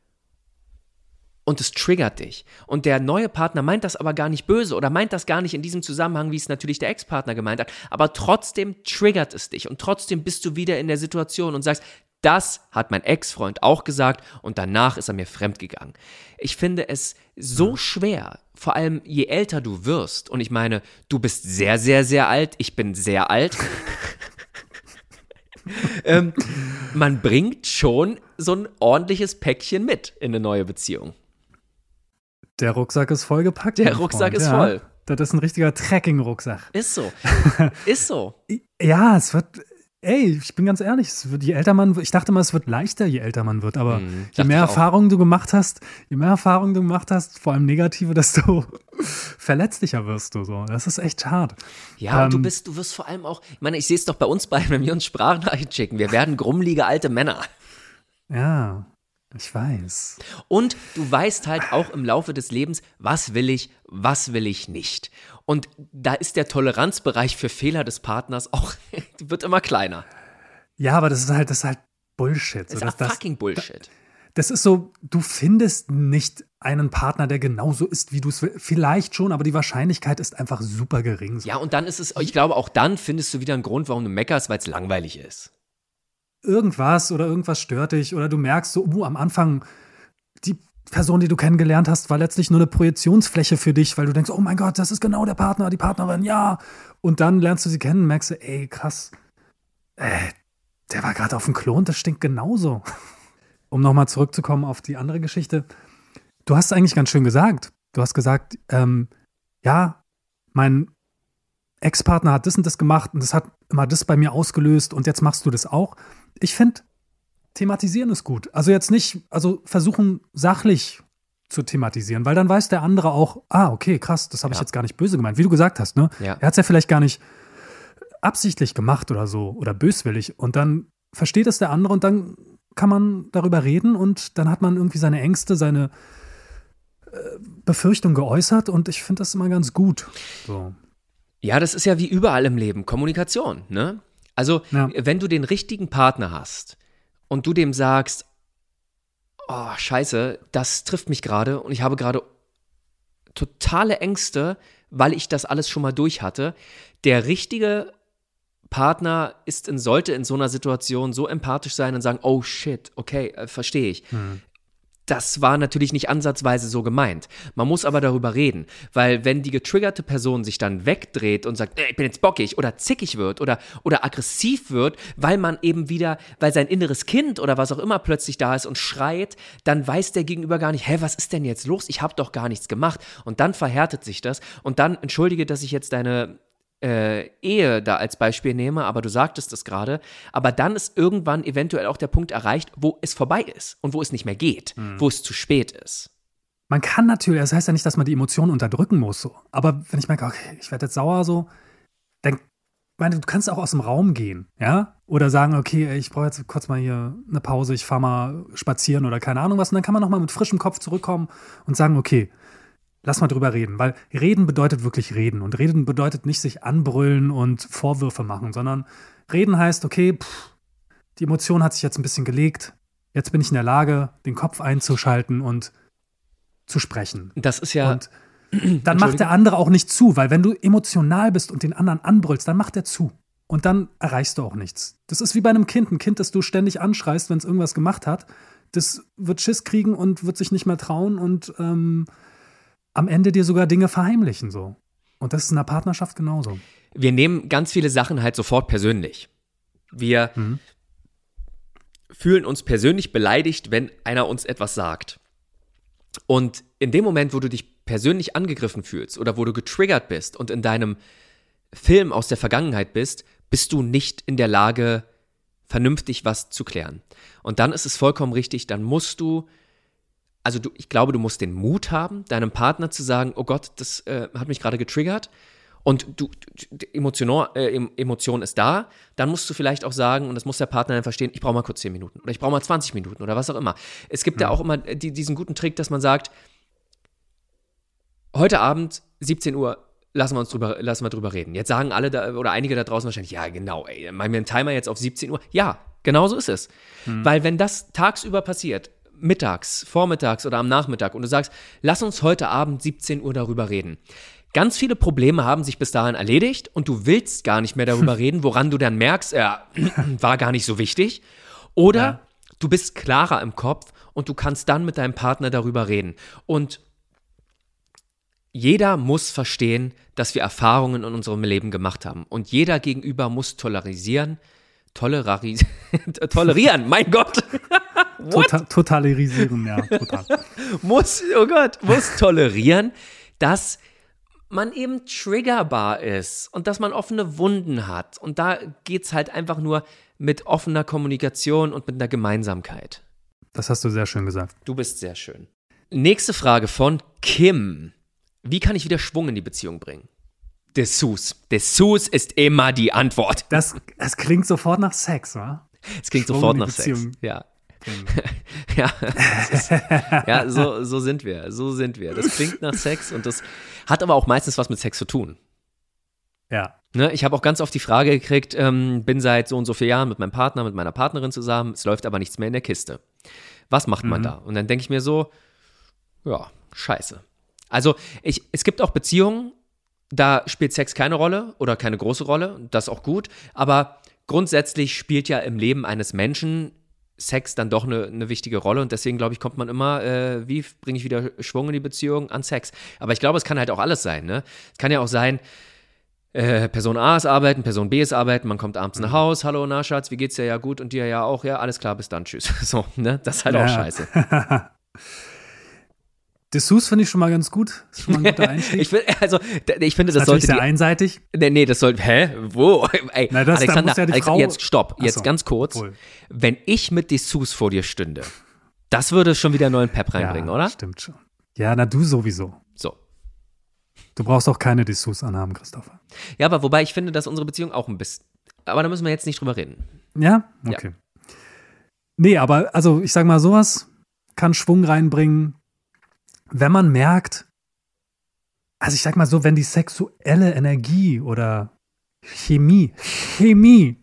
und es triggert dich. Und der neue Partner meint das aber gar nicht böse oder meint das gar nicht in diesem Zusammenhang, wie es natürlich der Ex-Partner gemeint hat. Aber trotzdem triggert es dich und trotzdem bist du wieder in der Situation und sagst, das hat mein Ex-Freund auch gesagt und danach ist er mir fremdgegangen. Ich finde es so schwer vor allem je älter du wirst, und ich meine, du bist sehr, sehr, sehr alt, ich bin sehr alt, man bringt schon so ein ordentliches Päckchen mit in eine neue Beziehung. Der Rucksack ist vollgepackt. Der Rucksack ist voll. Das ist ein richtiger Trekking-Rucksack. Ist so. Ist so. Ja, es wird, ich bin ganz ehrlich, je älter man wird, ich dachte mal, es wird leichter, je älter man wird, aber je mehr Erfahrungen du gemacht hast, vor allem negative, desto verletzlicher wirst du so. Das ist echt hart. Ja, und du wirst vor allem auch, ich meine, ich sehe es doch bei uns beiden, wenn wir uns Sprachnachrichten schicken, wir werden grummelige alte Männer. Ja, ich weiß. Und du weißt halt auch im Laufe des Lebens, was will ich nicht. Und da ist der Toleranzbereich für Fehler des Partners auch, wird immer kleiner. Ja, aber das ist halt Bullshit. Das ist fucking Bullshit. Das ist so, du findest nicht einen Partner, der genauso ist, wie du es willst. Vielleicht schon, aber die Wahrscheinlichkeit ist einfach super gering. Ja, und dann ist es, ich glaube, auch dann findest du wieder einen Grund, warum du meckerst, weil es langweilig ist. Irgendwas stört dich oder du merkst so, am Anfang, die Person, die du kennengelernt hast, war letztlich nur eine Projektionsfläche für dich, weil du denkst, oh mein Gott, das ist genau der Partner, die Partnerin, ja. Und dann lernst du sie kennen und merkst du, ey, krass, der war gerade auf dem Klo und das stinkt genauso. Um nochmal zurückzukommen auf die andere Geschichte. Du hast es eigentlich ganz schön gesagt. Du hast gesagt, ja, mein Ex-Partner hat das und das gemacht und das hat immer das bei mir ausgelöst und jetzt machst du das auch. Ich finde, thematisieren ist gut. Also jetzt nicht, versuchen sachlich zu thematisieren, weil dann weiß der andere auch, okay, krass, das habe ich jetzt gar nicht böse gemeint. Wie du gesagt hast, ne? Ja. Er hat es ja vielleicht gar nicht absichtlich gemacht oder so oder böswillig und dann versteht es der andere und dann kann man darüber reden und dann hat man irgendwie seine Ängste, seine Befürchtung geäußert und ich finde das immer ganz gut. So. Ja, das ist ja wie überall im Leben, Kommunikation, ne? Also, wenn du den richtigen Partner hast und du dem sagst, oh, scheiße, das trifft mich gerade und ich habe gerade totale Ängste, weil ich das alles schon mal durch hatte. Der richtige Partner sollte in so einer Situation so empathisch sein und sagen, oh shit, okay, verstehe ich. Das war natürlich nicht ansatzweise so gemeint. Man muss aber darüber reden, weil wenn die getriggerte Person sich dann wegdreht und sagt, ich bin jetzt bockig oder zickig wird oder aggressiv wird, weil sein inneres Kind oder was auch immer plötzlich da ist und schreit, dann weiß der Gegenüber gar nicht, was ist denn jetzt los? Ich habe doch gar nichts gemacht. Und dann verhärtet sich das und dann, entschuldige, dass ich jetzt deine Ehe da als Beispiel nehme, aber du sagtest es gerade, aber dann ist irgendwann eventuell auch der Punkt erreicht, wo es vorbei ist und wo es nicht mehr geht, wo es zu spät ist. Man kann natürlich, das heißt ja nicht, dass man die Emotionen unterdrücken muss, so. Aber wenn ich merke, okay, ich werde jetzt sauer, so, dann, du kannst auch aus dem Raum gehen, ja? Oder sagen, okay, ich brauche jetzt kurz mal hier eine Pause, ich fahre mal spazieren oder keine Ahnung was. Und dann kann man nochmal mit frischem Kopf zurückkommen und sagen, okay, lass mal drüber reden, weil reden bedeutet wirklich reden und reden bedeutet nicht sich anbrüllen und Vorwürfe machen, sondern reden heißt, okay, die Emotion hat sich jetzt ein bisschen gelegt, jetzt bin ich in der Lage, den Kopf einzuschalten und zu sprechen. Das ist ja... Und dann macht der andere auch nicht zu, weil wenn du emotional bist und den anderen anbrüllst, dann macht er zu und dann erreichst du auch nichts. Das ist wie bei einem Kind, das du ständig anschreist, wenn es irgendwas gemacht hat, das wird Schiss kriegen und wird sich nicht mehr trauen und am Ende dir sogar Dinge verheimlichen, so. Und das ist in einer Partnerschaft genauso. Wir nehmen ganz viele Sachen halt sofort persönlich. Wir fühlen uns persönlich beleidigt, wenn einer uns etwas sagt. Und in dem Moment, wo du dich persönlich angegriffen fühlst oder wo du getriggert bist und in deinem Film aus der Vergangenheit bist du nicht in der Lage, vernünftig was zu klären. Und dann ist es vollkommen richtig, dann musst du ich glaube, du musst den Mut haben, deinem Partner zu sagen, oh Gott, das hat mich gerade getriggert und die Emotion ist da, dann musst du vielleicht auch sagen, und das muss der Partner dann verstehen, ich brauche mal kurz 10 Minuten oder ich brauche mal 20 Minuten oder was auch immer. Es gibt ja auch immer diesen guten Trick, dass man sagt, heute Abend, 17 Uhr, lassen wir drüber reden. Jetzt sagen alle oder einige da draußen wahrscheinlich, ja genau, machen wir einen Timer jetzt auf 17 Uhr. Ja, genau so ist es. Weil wenn das tagsüber passiert, mittags, vormittags oder am Nachmittag und du sagst, lass uns heute Abend 17 Uhr darüber reden. Ganz viele Probleme haben sich bis dahin erledigt und du willst gar nicht mehr darüber reden, woran du dann merkst, war gar nicht so wichtig. Oder du bist klarer im Kopf und du kannst dann mit deinem Partner darüber reden. Und Jeder muss verstehen, dass wir Erfahrungen in unserem Leben gemacht haben. Und jeder Gegenüber muss tolerieren, mein Gott. Totalisieren, ja, total. muss tolerieren, dass man eben triggerbar ist und dass man offene Wunden hat. Und da geht's halt einfach nur mit offener Kommunikation und mit einer Gemeinsamkeit. Das hast du sehr schön gesagt. Du bist sehr schön. Nächste Frage von Kim. Wie kann ich wieder Schwung in die Beziehung bringen? Dessous. Dessous ist immer die Antwort. Das klingt sofort nach Sex, wa? Es klingt Schwung sofort in die nach Sex. Beziehung. Ja. Ja, so sind wir. So sind wir. Das klingt nach Sex und das hat aber auch meistens was mit Sex zu tun. Ja. Ne, ich habe auch ganz oft die Frage gekriegt, bin seit so und so 4 Jahren mit meinem Partner, mit meiner Partnerin zusammen, es läuft aber nichts mehr in der Kiste. Was macht man da? Und dann denke ich mir so, ja, scheiße. Also es gibt auch Beziehungen, da spielt Sex keine Rolle oder keine große Rolle, das ist auch gut, aber grundsätzlich spielt ja im Leben eines Menschen Sex dann doch eine wichtige Rolle und deswegen, glaube ich, kommt man immer, wie bringe ich wieder Schwung in die Beziehung, an Sex. Aber ich glaube, es kann halt auch alles sein, ne? Es kann ja auch sein, Person A ist arbeiten, Person B ist arbeiten, man kommt abends nach Haus, hallo, na Schatz, wie geht's dir? Ja gut und dir ja auch, ja, alles klar, bis dann, tschüss. So, ne, das ist halt auch scheiße. Dessous finde ich schon mal ganz gut, ist schon mal ein guter Einstieg. ich finde, das ist sollte sehr einseitig. Nee, das sollte, wo? Ey, na, das, Alexander, muss ja die Frau, jetzt stopp, jetzt ganz kurz. Wohl. Wenn ich mit Dessous vor dir stünde, das würde schon wieder neuen Pep reinbringen, oder? Stimmt schon. Ja, na du sowieso. So. Du brauchst auch keine Dessous anhaben, Christopher. Ja, aber wobei ich finde, dass unsere Beziehung auch ein bisschen, aber da müssen wir jetzt nicht drüber reden. Ja? Okay. Ja. Nee, aber also ich sag mal, sowas kann Schwung reinbringen, wenn man merkt, also ich sag mal so, wenn die sexuelle Energie oder die Chemie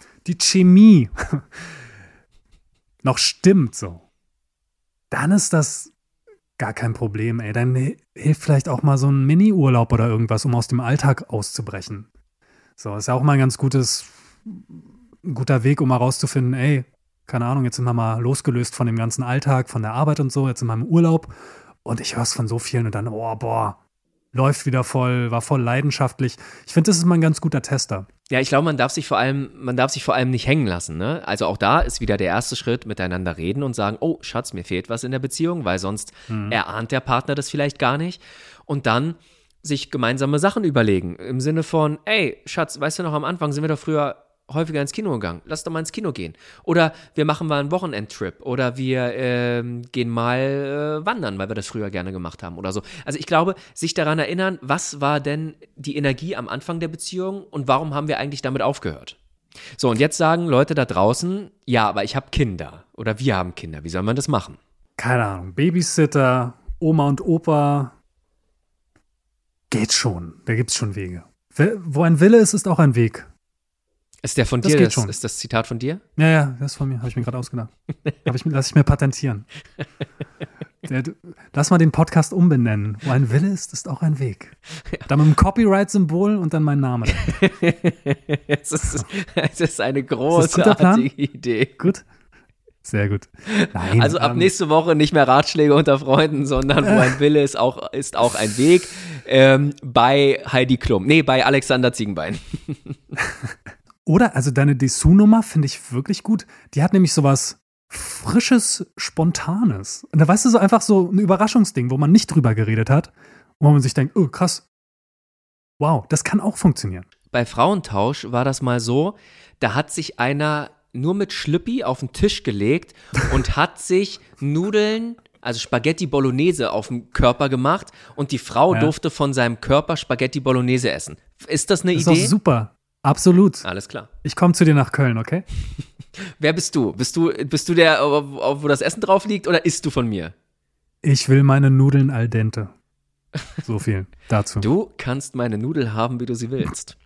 noch stimmt so, dann ist das gar kein Problem, ey. Dann hilft vielleicht auch mal so ein Mini-Urlaub oder irgendwas, um aus dem Alltag auszubrechen. So, ist ja auch mal ein guter Weg, um mal rauszufinden, ey, keine Ahnung, jetzt sind wir mal losgelöst von dem ganzen Alltag, von der Arbeit und so, jetzt sind wir im Urlaub und ich höre es von so vielen und dann, läuft wieder voll, war voll leidenschaftlich. Ich finde, das ist mal ein ganz guter Tester. Ja, ich glaube, man darf sich vor allem nicht hängen lassen, ne? Also auch da ist wieder der erste Schritt, miteinander reden und sagen, oh, Schatz, mir fehlt was in der Beziehung, weil sonst erahnt der Partner das vielleicht gar nicht. Und dann sich gemeinsame Sachen überlegen, im Sinne von, ey, Schatz, weißt du noch, am Anfang sind wir doch früher häufiger ins Kino gegangen. Lass doch mal ins Kino gehen. Oder wir machen mal einen Wochenendtrip. Oder wir gehen mal wandern, weil wir das früher gerne gemacht haben oder so. Also ich glaube, sich daran erinnern, was war denn die Energie am Anfang der Beziehung und warum haben wir eigentlich damit aufgehört? So, und jetzt sagen Leute da draußen, ja, aber ich habe Kinder. Oder wir haben Kinder. Wie soll man das machen? Keine Ahnung. Babysitter, Oma und Opa. Geht schon. Da gibt's schon Wege. Wo ein Wille ist, ist auch ein Weg. Ist der von dir? Ist das Zitat von dir? Ja, das ist von mir. Habe ich mir gerade ausgedacht. Lass ich mir patentieren. Lass mal den Podcast umbenennen. Wo ein Wille ist auch ein Weg. Ja. Dann mit einem Copyright-Symbol und dann mein Name. Es ist eine großartige Idee. Gut. Sehr gut. Nein, also ab nächste Woche nicht mehr Ratschläge unter Freunden, sondern wo ein Wille ist auch ein Weg. Bei Heidi Klum. Nee, bei Alexander Ziegenbein. Oder, also deine Dessous-Nummer finde ich wirklich gut. Die hat nämlich sowas Frisches, Spontanes. Und da weißt du, so einfach so ein Überraschungsding, wo man nicht drüber geredet hat, wo man sich denkt, oh krass, wow, das kann auch funktionieren. Bei Frauentausch war das mal so, da hat sich einer nur mit Schlüppi auf den Tisch gelegt und hat sich Nudeln, also Spaghetti Bolognese auf dem Körper gemacht und die Frau durfte von seinem Körper Spaghetti Bolognese essen. Ist das eine Idee? Das ist doch super. Absolut. Alles klar. Ich komme zu dir nach Köln, okay? Wer bist du? Bist du der, wo das Essen drauf liegt, oder isst du von mir? Ich will meine Nudeln al dente. So viel dazu. Du kannst meine Nudel haben, wie du sie willst.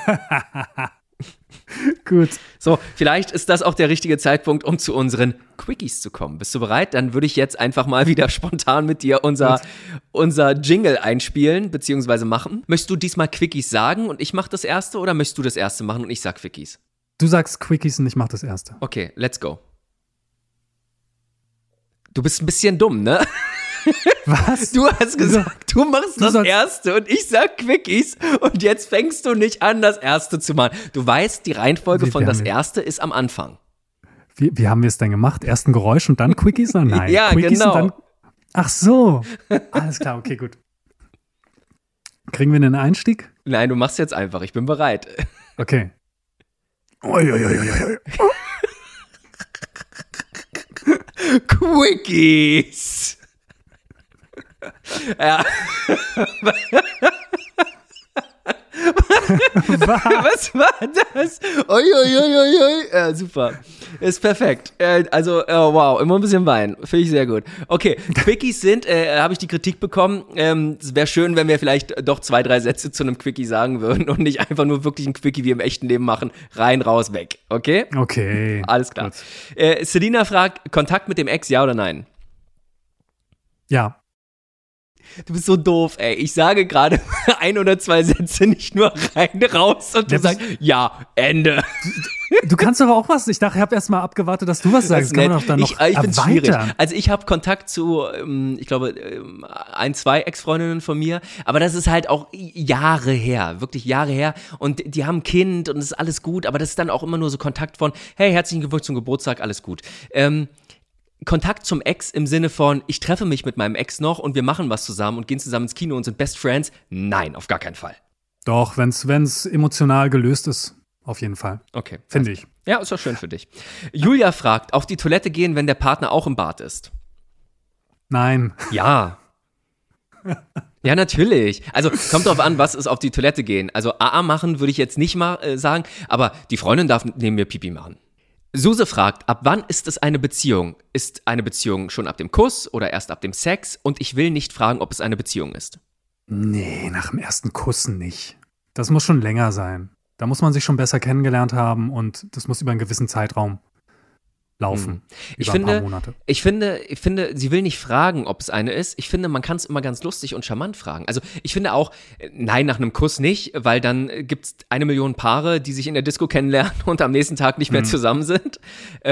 Gut. So, vielleicht ist das auch der richtige Zeitpunkt, um zu unseren Quickies zu kommen. Bist du bereit? Dann würde ich jetzt einfach mal wieder spontan mit dir unser Jingle einspielen, beziehungsweise machen. Möchtest du diesmal Quickies sagen und ich mache das erste, oder möchtest du das erste machen und ich sag Quickies? Du sagst Quickies und ich mache das erste. Okay, let's go. Du bist ein bisschen dumm, ne? Was? Du hast gesagt, du machst das Erste und ich sag Quickies und jetzt fängst du nicht an, das Erste zu machen. Du weißt, die Reihenfolge von das Erste ist am Anfang. Wie haben wir es denn gemacht? Erst ein Geräusch und dann Quickies? Nein, ja, Quickies genau. Und dann, ach so, alles klar, okay, gut. Kriegen wir einen Einstieg? Nein, du machst jetzt einfach, ich bin bereit. Okay. Quickies. Ja. Was war das? Oi. Ja, super. Ist perfekt. Wow, immer ein bisschen Wein. Finde ich sehr gut. Okay, Quickies sind, habe ich die Kritik bekommen, es wäre schön, wenn wir vielleicht doch 2, 3 Sätze zu einem Quickie sagen würden und nicht einfach nur wirklich ein Quickie wie im echten Leben machen. Rein, raus, weg. Okay? Okay. Alles klar. Selina fragt, Kontakt mit dem Ex, ja oder nein? Ja. Du bist so doof, ey. Ich sage gerade 1 oder 2 Sätze, nicht nur rein, raus und du sagst, ja, Ende. Du kannst aber auch was. Ich dachte, ich habe erst mal abgewartet, dass du was sagst. Kann man doch dann noch ich find's schwierig. erweitern. Also ich habe Kontakt zu, ich glaube, 1, 2 Ex-Freundinnen von mir, aber das ist halt auch Jahre her, wirklich Jahre her und die haben ein Kind und es ist alles gut, aber das ist dann auch immer nur so Kontakt von, hey, herzlichen Glückwunsch zum Geburtstag, alles gut. Kontakt zum Ex im Sinne von, ich treffe mich mit meinem Ex noch und wir machen was zusammen und gehen zusammen ins Kino und sind Best Friends. Nein, auf gar keinen Fall. Doch, wenn's emotional gelöst ist, auf jeden Fall. Okay. Finde ich. Ja, ist doch schön für dich. Julia fragt, auf die Toilette gehen, wenn der Partner auch im Bad ist. Nein. Ja. Ja, natürlich. Also kommt drauf an, was ist auf die Toilette gehen. Also AA machen würde ich jetzt nicht mal sagen, aber die Freundin darf neben mir Pipi machen. Suse fragt, ab wann ist es eine Beziehung? Ist eine Beziehung schon ab dem Kuss oder erst ab dem Sex? Und ich will nicht fragen, ob es eine Beziehung ist. Nee, nach dem ersten Kuss nicht. Das muss schon länger sein. Da muss man sich schon besser kennengelernt haben und das muss über einen gewissen Zeitraum laufen. Über ein paar Monate. Ich finde, sie will nicht fragen, ob es eine ist. Ich finde, man kann es immer ganz lustig und charmant fragen. Also ich finde auch, nein, nach einem Kuss nicht, weil dann gibt es 1 Million Paare, die sich in der Disco kennenlernen und am nächsten Tag nicht mehr zusammen sind.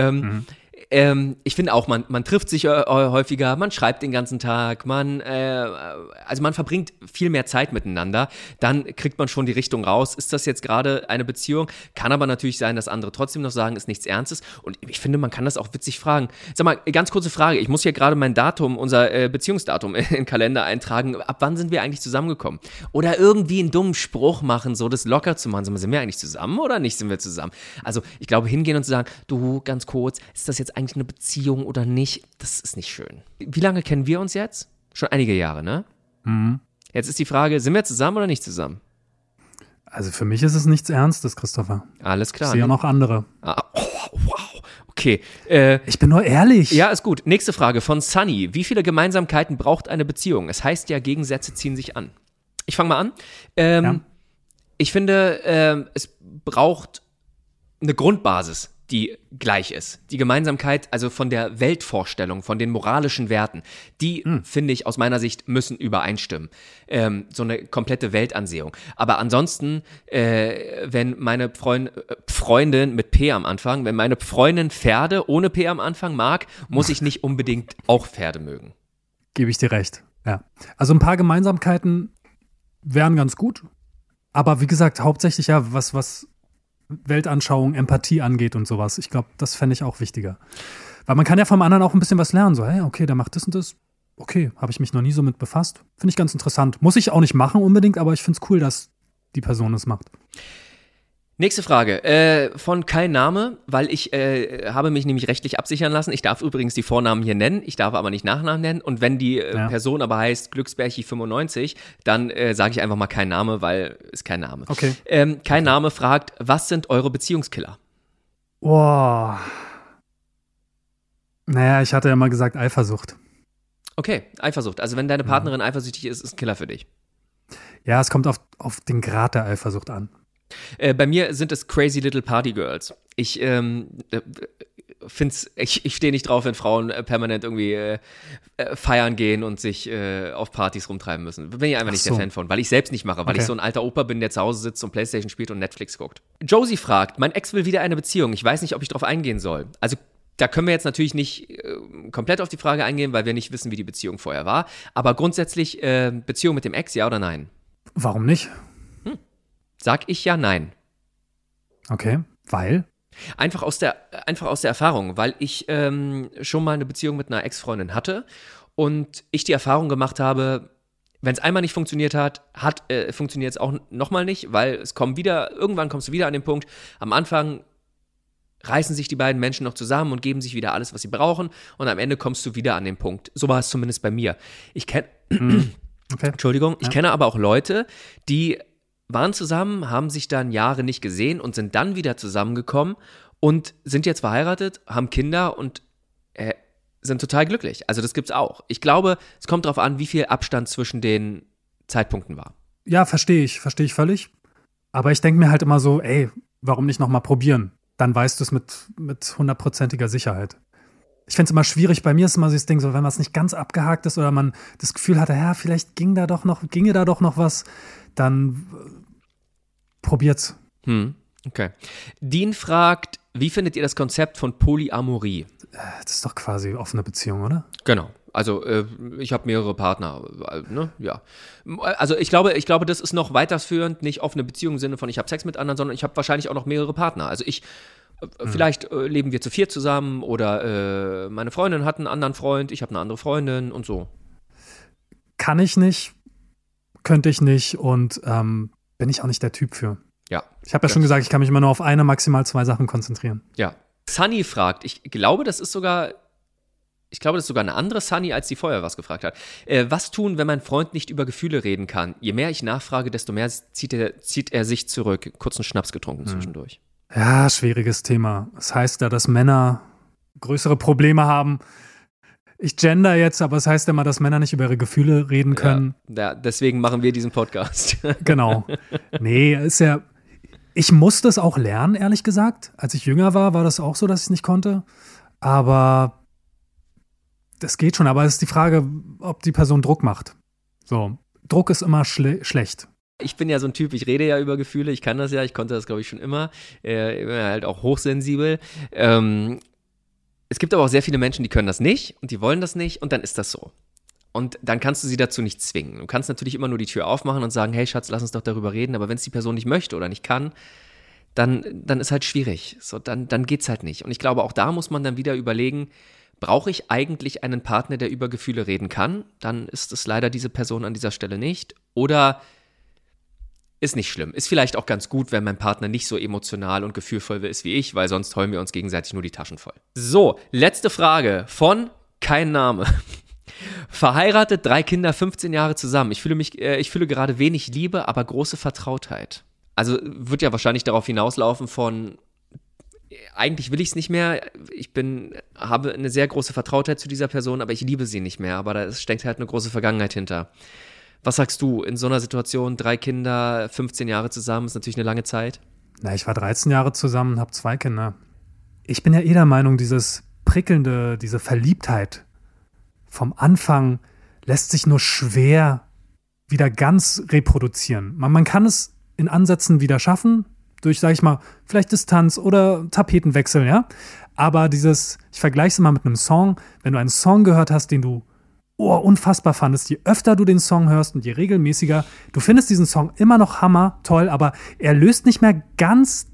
Ich finde auch, man trifft sich häufiger, man schreibt den ganzen Tag, man verbringt viel mehr Zeit miteinander, dann kriegt man schon die Richtung raus, ist das jetzt gerade eine Beziehung? Kann aber natürlich sein, dass andere trotzdem noch sagen, ist nichts Ernstes und ich finde, man kann das auch witzig fragen. Sag mal, ganz kurze Frage, ich muss hier gerade mein Datum, unser Beziehungsdatum in den Kalender eintragen, ab wann sind wir eigentlich zusammengekommen? Oder irgendwie einen dummen Spruch machen, so das locker zu machen, sind wir eigentlich zusammen oder nicht sind wir zusammen? Also ich glaube, hingehen und zu sagen, du, ganz kurz, ist das jetzt eigentlich eine Beziehung oder nicht, das ist nicht schön. Wie lange kennen wir uns jetzt? Schon einige Jahre, ne? Mhm. Jetzt ist die Frage, sind wir zusammen oder nicht zusammen? Also für mich ist es nichts Ernstes, Christopher. Alles klar. Ich sehe ja noch andere. Wow. Okay. Ich bin nur ehrlich. Ja, ist gut. Nächste Frage von Sunny. Wie viele Gemeinsamkeiten braucht eine Beziehung? Es heißt ja, Gegensätze ziehen sich an. Ich fange mal an. Ja. Ich finde, es braucht eine Grundbasis, die gleich ist. Die Gemeinsamkeit, also von der Weltvorstellung, von den moralischen Werten, die, finde ich, aus meiner Sicht müssen übereinstimmen. So eine komplette Weltansehung. Aber ansonsten, wenn meine Freundin mit P am Anfang, wenn meine Freundin Pferde ohne P am Anfang mag, muss ich nicht unbedingt auch Pferde mögen. Gebe ich dir recht, ja. Also ein paar Gemeinsamkeiten wären ganz gut. Aber wie gesagt, hauptsächlich ja, was Weltanschauung, Empathie angeht und sowas. Ich glaube, das fände ich auch wichtiger. Weil man kann ja vom anderen auch ein bisschen was lernen. So, hey, okay, der macht das und das. Okay, habe ich mich noch nie so mit befasst. Finde ich ganz interessant. Muss ich auch nicht machen unbedingt, aber ich finde es cool, dass die Person es macht. Nächste Frage, von Kai Name, weil ich habe mich nämlich rechtlich absichern lassen. Ich darf übrigens die Vornamen hier nennen, ich darf aber nicht Nachnamen nennen. Und wenn die Person aber heißt Glücksbärchi95, dann sage ich einfach mal kein Name, weil ist kein Name. Okay. Kein Name fragt, was sind eure Beziehungskiller? Boah. Naja, ich hatte ja mal gesagt Eifersucht. Okay, Eifersucht. Also wenn deine Partnerin eifersüchtig ist, ist ein Killer für dich. Ja, es kommt auf den Grad der Eifersucht an. Bei mir sind es Crazy Little Party Girls. Ich stehe nicht drauf, wenn Frauen permanent irgendwie feiern gehen und sich auf Partys rumtreiben müssen. Bin ich einfach nicht der Fan von, weil ich selbst nicht mache, weil ich so ein alter Opa bin, der zu Hause sitzt und Playstation spielt und Netflix guckt. Josie fragt, mein Ex will wieder eine Beziehung. Ich weiß nicht, ob ich drauf eingehen soll. Also Da können wir jetzt natürlich nicht komplett auf die Frage eingehen, weil wir nicht wissen, wie die Beziehung vorher war. Aber grundsätzlich Beziehung mit dem Ex, ja oder nein? Warum nicht? Sag ich ja nein. Okay, weil? Einfach aus der Erfahrung, weil ich schon mal eine Beziehung mit einer Ex-Freundin hatte und ich die Erfahrung gemacht habe, wenn es einmal nicht funktioniert hat, funktioniert es auch nochmal nicht, weil irgendwann kommst du wieder an den Punkt, am Anfang reißen sich die beiden Menschen noch zusammen und geben sich wieder alles, was sie brauchen und am Ende kommst du wieder an den Punkt. So war es zumindest bei mir. Entschuldigung, ich kenne aber auch Leute, die waren zusammen, haben sich dann Jahre nicht gesehen und sind dann wieder zusammengekommen und sind jetzt verheiratet, haben Kinder und sind total glücklich. Also das gibt's auch. Ich glaube, es kommt darauf an, wie viel Abstand zwischen den Zeitpunkten war. Ja, verstehe ich völlig. Aber ich denke mir halt immer so, ey, warum nicht nochmal probieren? Dann weißt du es mit 100%iger Sicherheit. Ich finde es immer schwierig, bei mir ist immer so das Ding, so wenn man es nicht ganz abgehakt ist oder man das Gefühl hatte, ja, vielleicht ginge da doch noch was, dann probiert's. Okay. Dean fragt, wie findet ihr das Konzept von Polyamorie? Das ist doch quasi offene Beziehung, oder? Genau. Also ich habe mehrere Partner, ne? Ja. Also ich glaube, das ist noch weiterführend, nicht offene Beziehung im Sinne von ich habe Sex mit anderen, sondern ich habe wahrscheinlich auch noch mehrere Partner. Also vielleicht leben wir zu viert zusammen oder meine Freundin hat einen anderen Freund, ich habe eine andere Freundin und so. Kann ich nicht, könnte ich nicht und bin ich auch nicht der Typ für. Ja. Ich habe ja schon gesagt, ich kann mich immer nur auf eine, maximal 2 Sachen konzentrieren. Ja. Sunny fragt, ich glaube, das ist sogar eine andere Sunny, als die vorher was gefragt hat. Was tun, wenn mein Freund nicht über Gefühle reden kann? Je mehr ich nachfrage, desto mehr zieht er sich zurück. Kurzen Schnaps getrunken zwischendurch. Ja, schwieriges Thema. Das heißt ja, dass Männer größere Probleme haben. Ich gender jetzt, aber es heißt ja immer, dass Männer nicht über ihre Gefühle reden können. Ja, deswegen machen wir diesen Podcast. Genau. Nee, ist ja. Ich musste es auch lernen, ehrlich gesagt. Als ich jünger war das auch so, dass ich es nicht konnte. Aber das geht schon. Aber es ist die Frage, ob die Person Druck macht. So, Druck ist immer schlecht. Ich bin ja so ein Typ, ich rede ja über Gefühle, ich kann das ja, ich konnte das, glaube ich, schon immer. Ich bin halt auch hochsensibel. Es gibt aber auch sehr viele Menschen, die können das nicht und die wollen das nicht und dann ist das so. Und dann kannst du sie dazu nicht zwingen. Du kannst natürlich immer nur die Tür aufmachen und sagen, hey Schatz, lass uns doch darüber reden, aber wenn es die Person nicht möchte oder nicht kann, dann ist halt schwierig. So, dann geht's halt nicht. Und ich glaube, auch da muss man dann wieder überlegen, brauche ich eigentlich einen Partner, der über Gefühle reden kann? Dann ist es leider diese Person an dieser Stelle nicht. Oder ist nicht schlimm. Ist vielleicht auch ganz gut, wenn mein Partner nicht so emotional und gefühlvoll ist wie ich, weil sonst heulen wir uns gegenseitig nur die Taschen voll. So, letzte Frage von kein Name. Verheiratet, 3 Kinder, 15 Jahre zusammen. Ich fühle gerade wenig Liebe, aber große Vertrautheit. Also wird ja wahrscheinlich darauf hinauslaufen von, eigentlich will ich es nicht mehr, habe eine sehr große Vertrautheit zu dieser Person, aber ich liebe sie nicht mehr, aber da steckt halt eine große Vergangenheit hinter. Was sagst du in so einer Situation, 3 Kinder, 15 Jahre zusammen, ist natürlich eine lange Zeit? Na, ich war 13 Jahre zusammen und habe 2 Kinder. Ich bin ja der Meinung, dieses prickelnde, diese Verliebtheit vom Anfang lässt sich nur schwer wieder ganz reproduzieren. Man kann es in Ansätzen wieder schaffen, durch, sag ich mal, vielleicht Distanz oder Tapetenwechsel, ja. Aber ich vergleiche es immer mit einem Song, wenn du einen Song gehört hast, den du unfassbar fandest, je öfter du den Song hörst und je regelmäßiger, du findest diesen Song immer noch hammer, toll, aber er löst nicht mehr ganz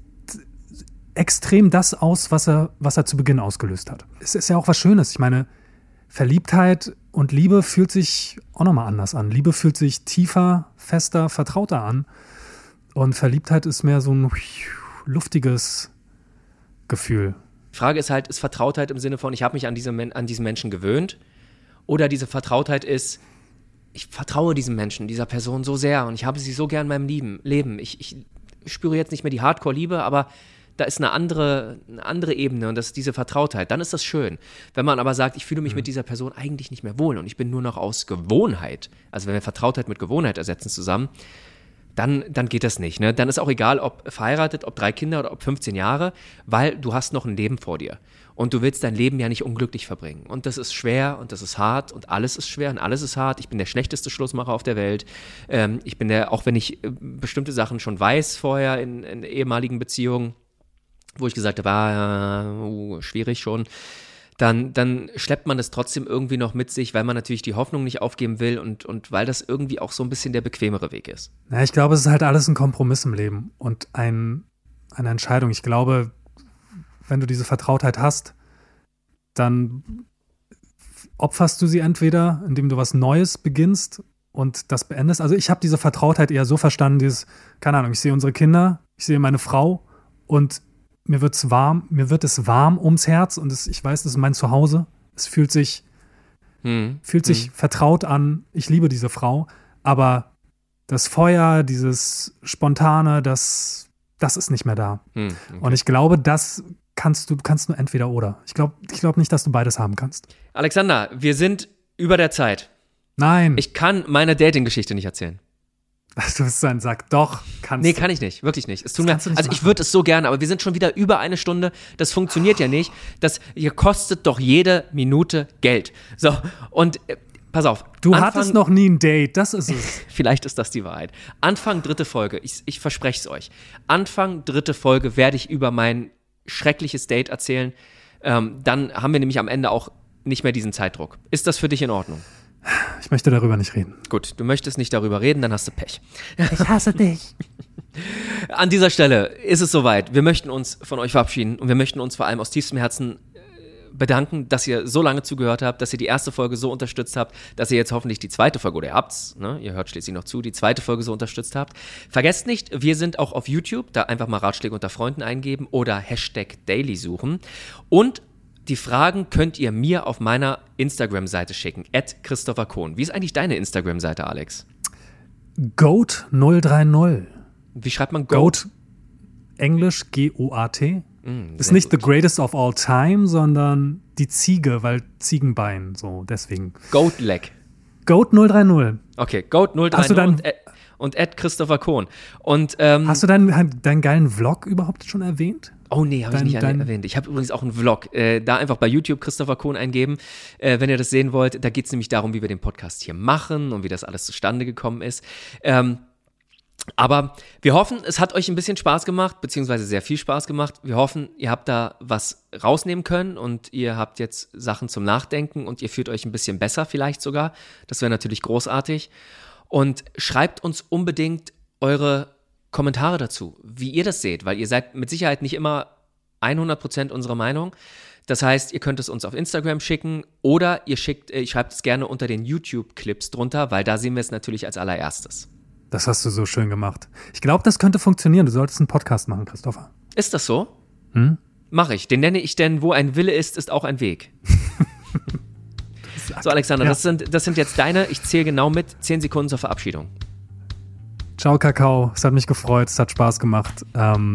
extrem das aus, was er zu Beginn ausgelöst hat. Es ist ja auch was Schönes. Ich meine, Verliebtheit und Liebe fühlt sich auch nochmal anders an. Liebe fühlt sich tiefer, fester, vertrauter an. Und Verliebtheit ist mehr so ein luftiges Gefühl. Die Frage ist halt, ist Vertrautheit im Sinne von, ich habe mich an diesen Menschen gewöhnt? Oder diese Vertrautheit ist, ich vertraue diesem Menschen, dieser Person so sehr und ich habe sie so gern in meinem Leben. Ich spüre jetzt nicht mehr die Hardcore-Liebe, aber da ist eine andere Ebene und das ist diese Vertrautheit. Dann ist das schön. Wenn man aber sagt, ich fühle mich mit dieser Person eigentlich nicht mehr wohl und ich bin nur noch aus Gewohnheit, also wenn wir Vertrautheit mit Gewohnheit ersetzen zusammen, dann geht das nicht. Ne? Dann ist auch egal, ob verheiratet, ob 3 Kinder oder ob 15 Jahre, weil du hast noch ein Leben vor dir. Und du willst dein Leben ja nicht unglücklich verbringen. Und das ist schwer und das ist hart und alles ist schwer und alles ist hart. Ich bin der schlechteste Schlussmacher auf der Welt. Auch wenn ich bestimmte Sachen schon weiß vorher in ehemaligen Beziehungen, wo ich gesagt habe, schwierig schon, dann schleppt man das trotzdem irgendwie noch mit sich, weil man natürlich die Hoffnung nicht aufgeben will und weil das irgendwie auch so ein bisschen der bequemere Weg ist. Ja, ich glaube, es ist halt alles ein Kompromiss im Leben und eine Entscheidung. Ich glaube, wenn du diese Vertrautheit hast, dann opferst du sie entweder, indem du was Neues beginnst und das beendest. Also ich habe diese Vertrautheit eher so verstanden, keine Ahnung, ich sehe unsere Kinder, ich sehe meine Frau und mir wird es warm ums Herz und ich weiß, das ist mein Zuhause. Es fühlt sich vertraut an. Ich liebe diese Frau, aber das Feuer, dieses Spontane, das ist nicht mehr da. Okay. Und ich glaube, du kannst nur entweder oder. Ich glaube nicht, dass du beides haben kannst. Alexander, wir sind über der Zeit. Nein. Ich kann meine Dating-Geschichte nicht erzählen. Du bist so ein Sack. Doch, kannst du. Nee, kann ich nicht. Wirklich nicht. Ich würde es so gerne, aber wir sind schon wieder über eine Stunde. Das funktioniert ja nicht. Das hier kostet doch jede Minute Geld. So, und pass auf. Du hattest noch nie ein Date, das ist es. Vielleicht ist das die Wahrheit. Anfang 3. Folge, ich verspreche es euch. Anfang 3. Folge werde ich über mein schreckliches Date erzählen. Dann haben wir nämlich am Ende auch nicht mehr diesen Zeitdruck. Ist das für dich in Ordnung? Ich möchte darüber nicht reden. Gut, du möchtest nicht darüber reden, dann hast du Pech. Ich hasse dich. An dieser Stelle ist es soweit. Wir möchten uns von euch verabschieden und wir möchten uns vor allem aus tiefstem Herzen bedanken, dass ihr so lange zugehört habt, dass ihr die erste Folge so unterstützt habt, dass ihr jetzt hoffentlich die zweite Folge, oder ihr habt's, ne? Ihr hört schließlich noch zu, die zweite Folge so unterstützt habt. Vergesst nicht, wir sind auch auf YouTube, da einfach mal Ratschläge unter Freunden eingeben oder #Daily suchen. Und die Fragen könnt ihr mir auf meiner Instagram-Seite schicken, @ChristopherKohn. Wie ist eigentlich deine Instagram-Seite, Alex? Goat030. Wie schreibt man Goat? Englisch G-O-A-T. Ist nicht the greatest of all time, sondern die Ziege, weil Ziegenbein, so deswegen. Goatleg. Goat030. Okay, Goat030 Hast du und @ChristopherKohn. Und hast du deinen geilen Vlog überhaupt schon erwähnt? Oh nee, habe ich nicht erwähnt. Ich habe übrigens auch einen Vlog. Da einfach bei YouTube Christopher Kohn eingeben, wenn ihr das sehen wollt. Da geht es nämlich darum, wie wir den Podcast hier machen und wie das alles zustande gekommen ist. Aber wir hoffen, es hat euch ein bisschen Spaß gemacht, beziehungsweise sehr viel Spaß gemacht. Wir hoffen, ihr habt da was rausnehmen können und ihr habt jetzt Sachen zum Nachdenken und ihr fühlt euch ein bisschen besser vielleicht sogar. Das wäre natürlich großartig. Und schreibt uns unbedingt eure Kommentare dazu, wie ihr das seht, weil ihr seid mit Sicherheit nicht immer 100% unserer Meinung. Das heißt, ihr könnt es uns auf Instagram schicken oder ihr schreibt es gerne unter den YouTube-Clips drunter, weil da sehen wir es natürlich als allererstes. Das hast du so schön gemacht. Ich glaube, das könnte funktionieren. Du solltest einen Podcast machen, Christopher. Ist das so? Mache ich. Den nenne ich denn, wo ein Wille ist auch ein Weg. So, Alexander, ja. Das sind jetzt deine, ich zähle genau mit, 10 Sekunden zur Verabschiedung. Ciao, Kakao. Es hat mich gefreut. Es hat Spaß gemacht.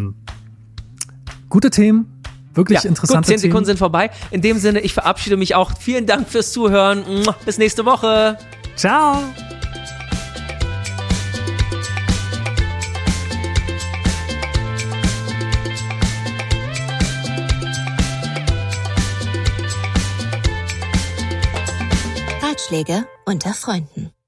Gute Themen. Wirklich interessante Themen. 10 Sekunden sind vorbei. In dem Sinne, ich verabschiede mich auch. Vielen Dank fürs Zuhören. Bis nächste Woche. Ciao. Ratschläge unter Freunden.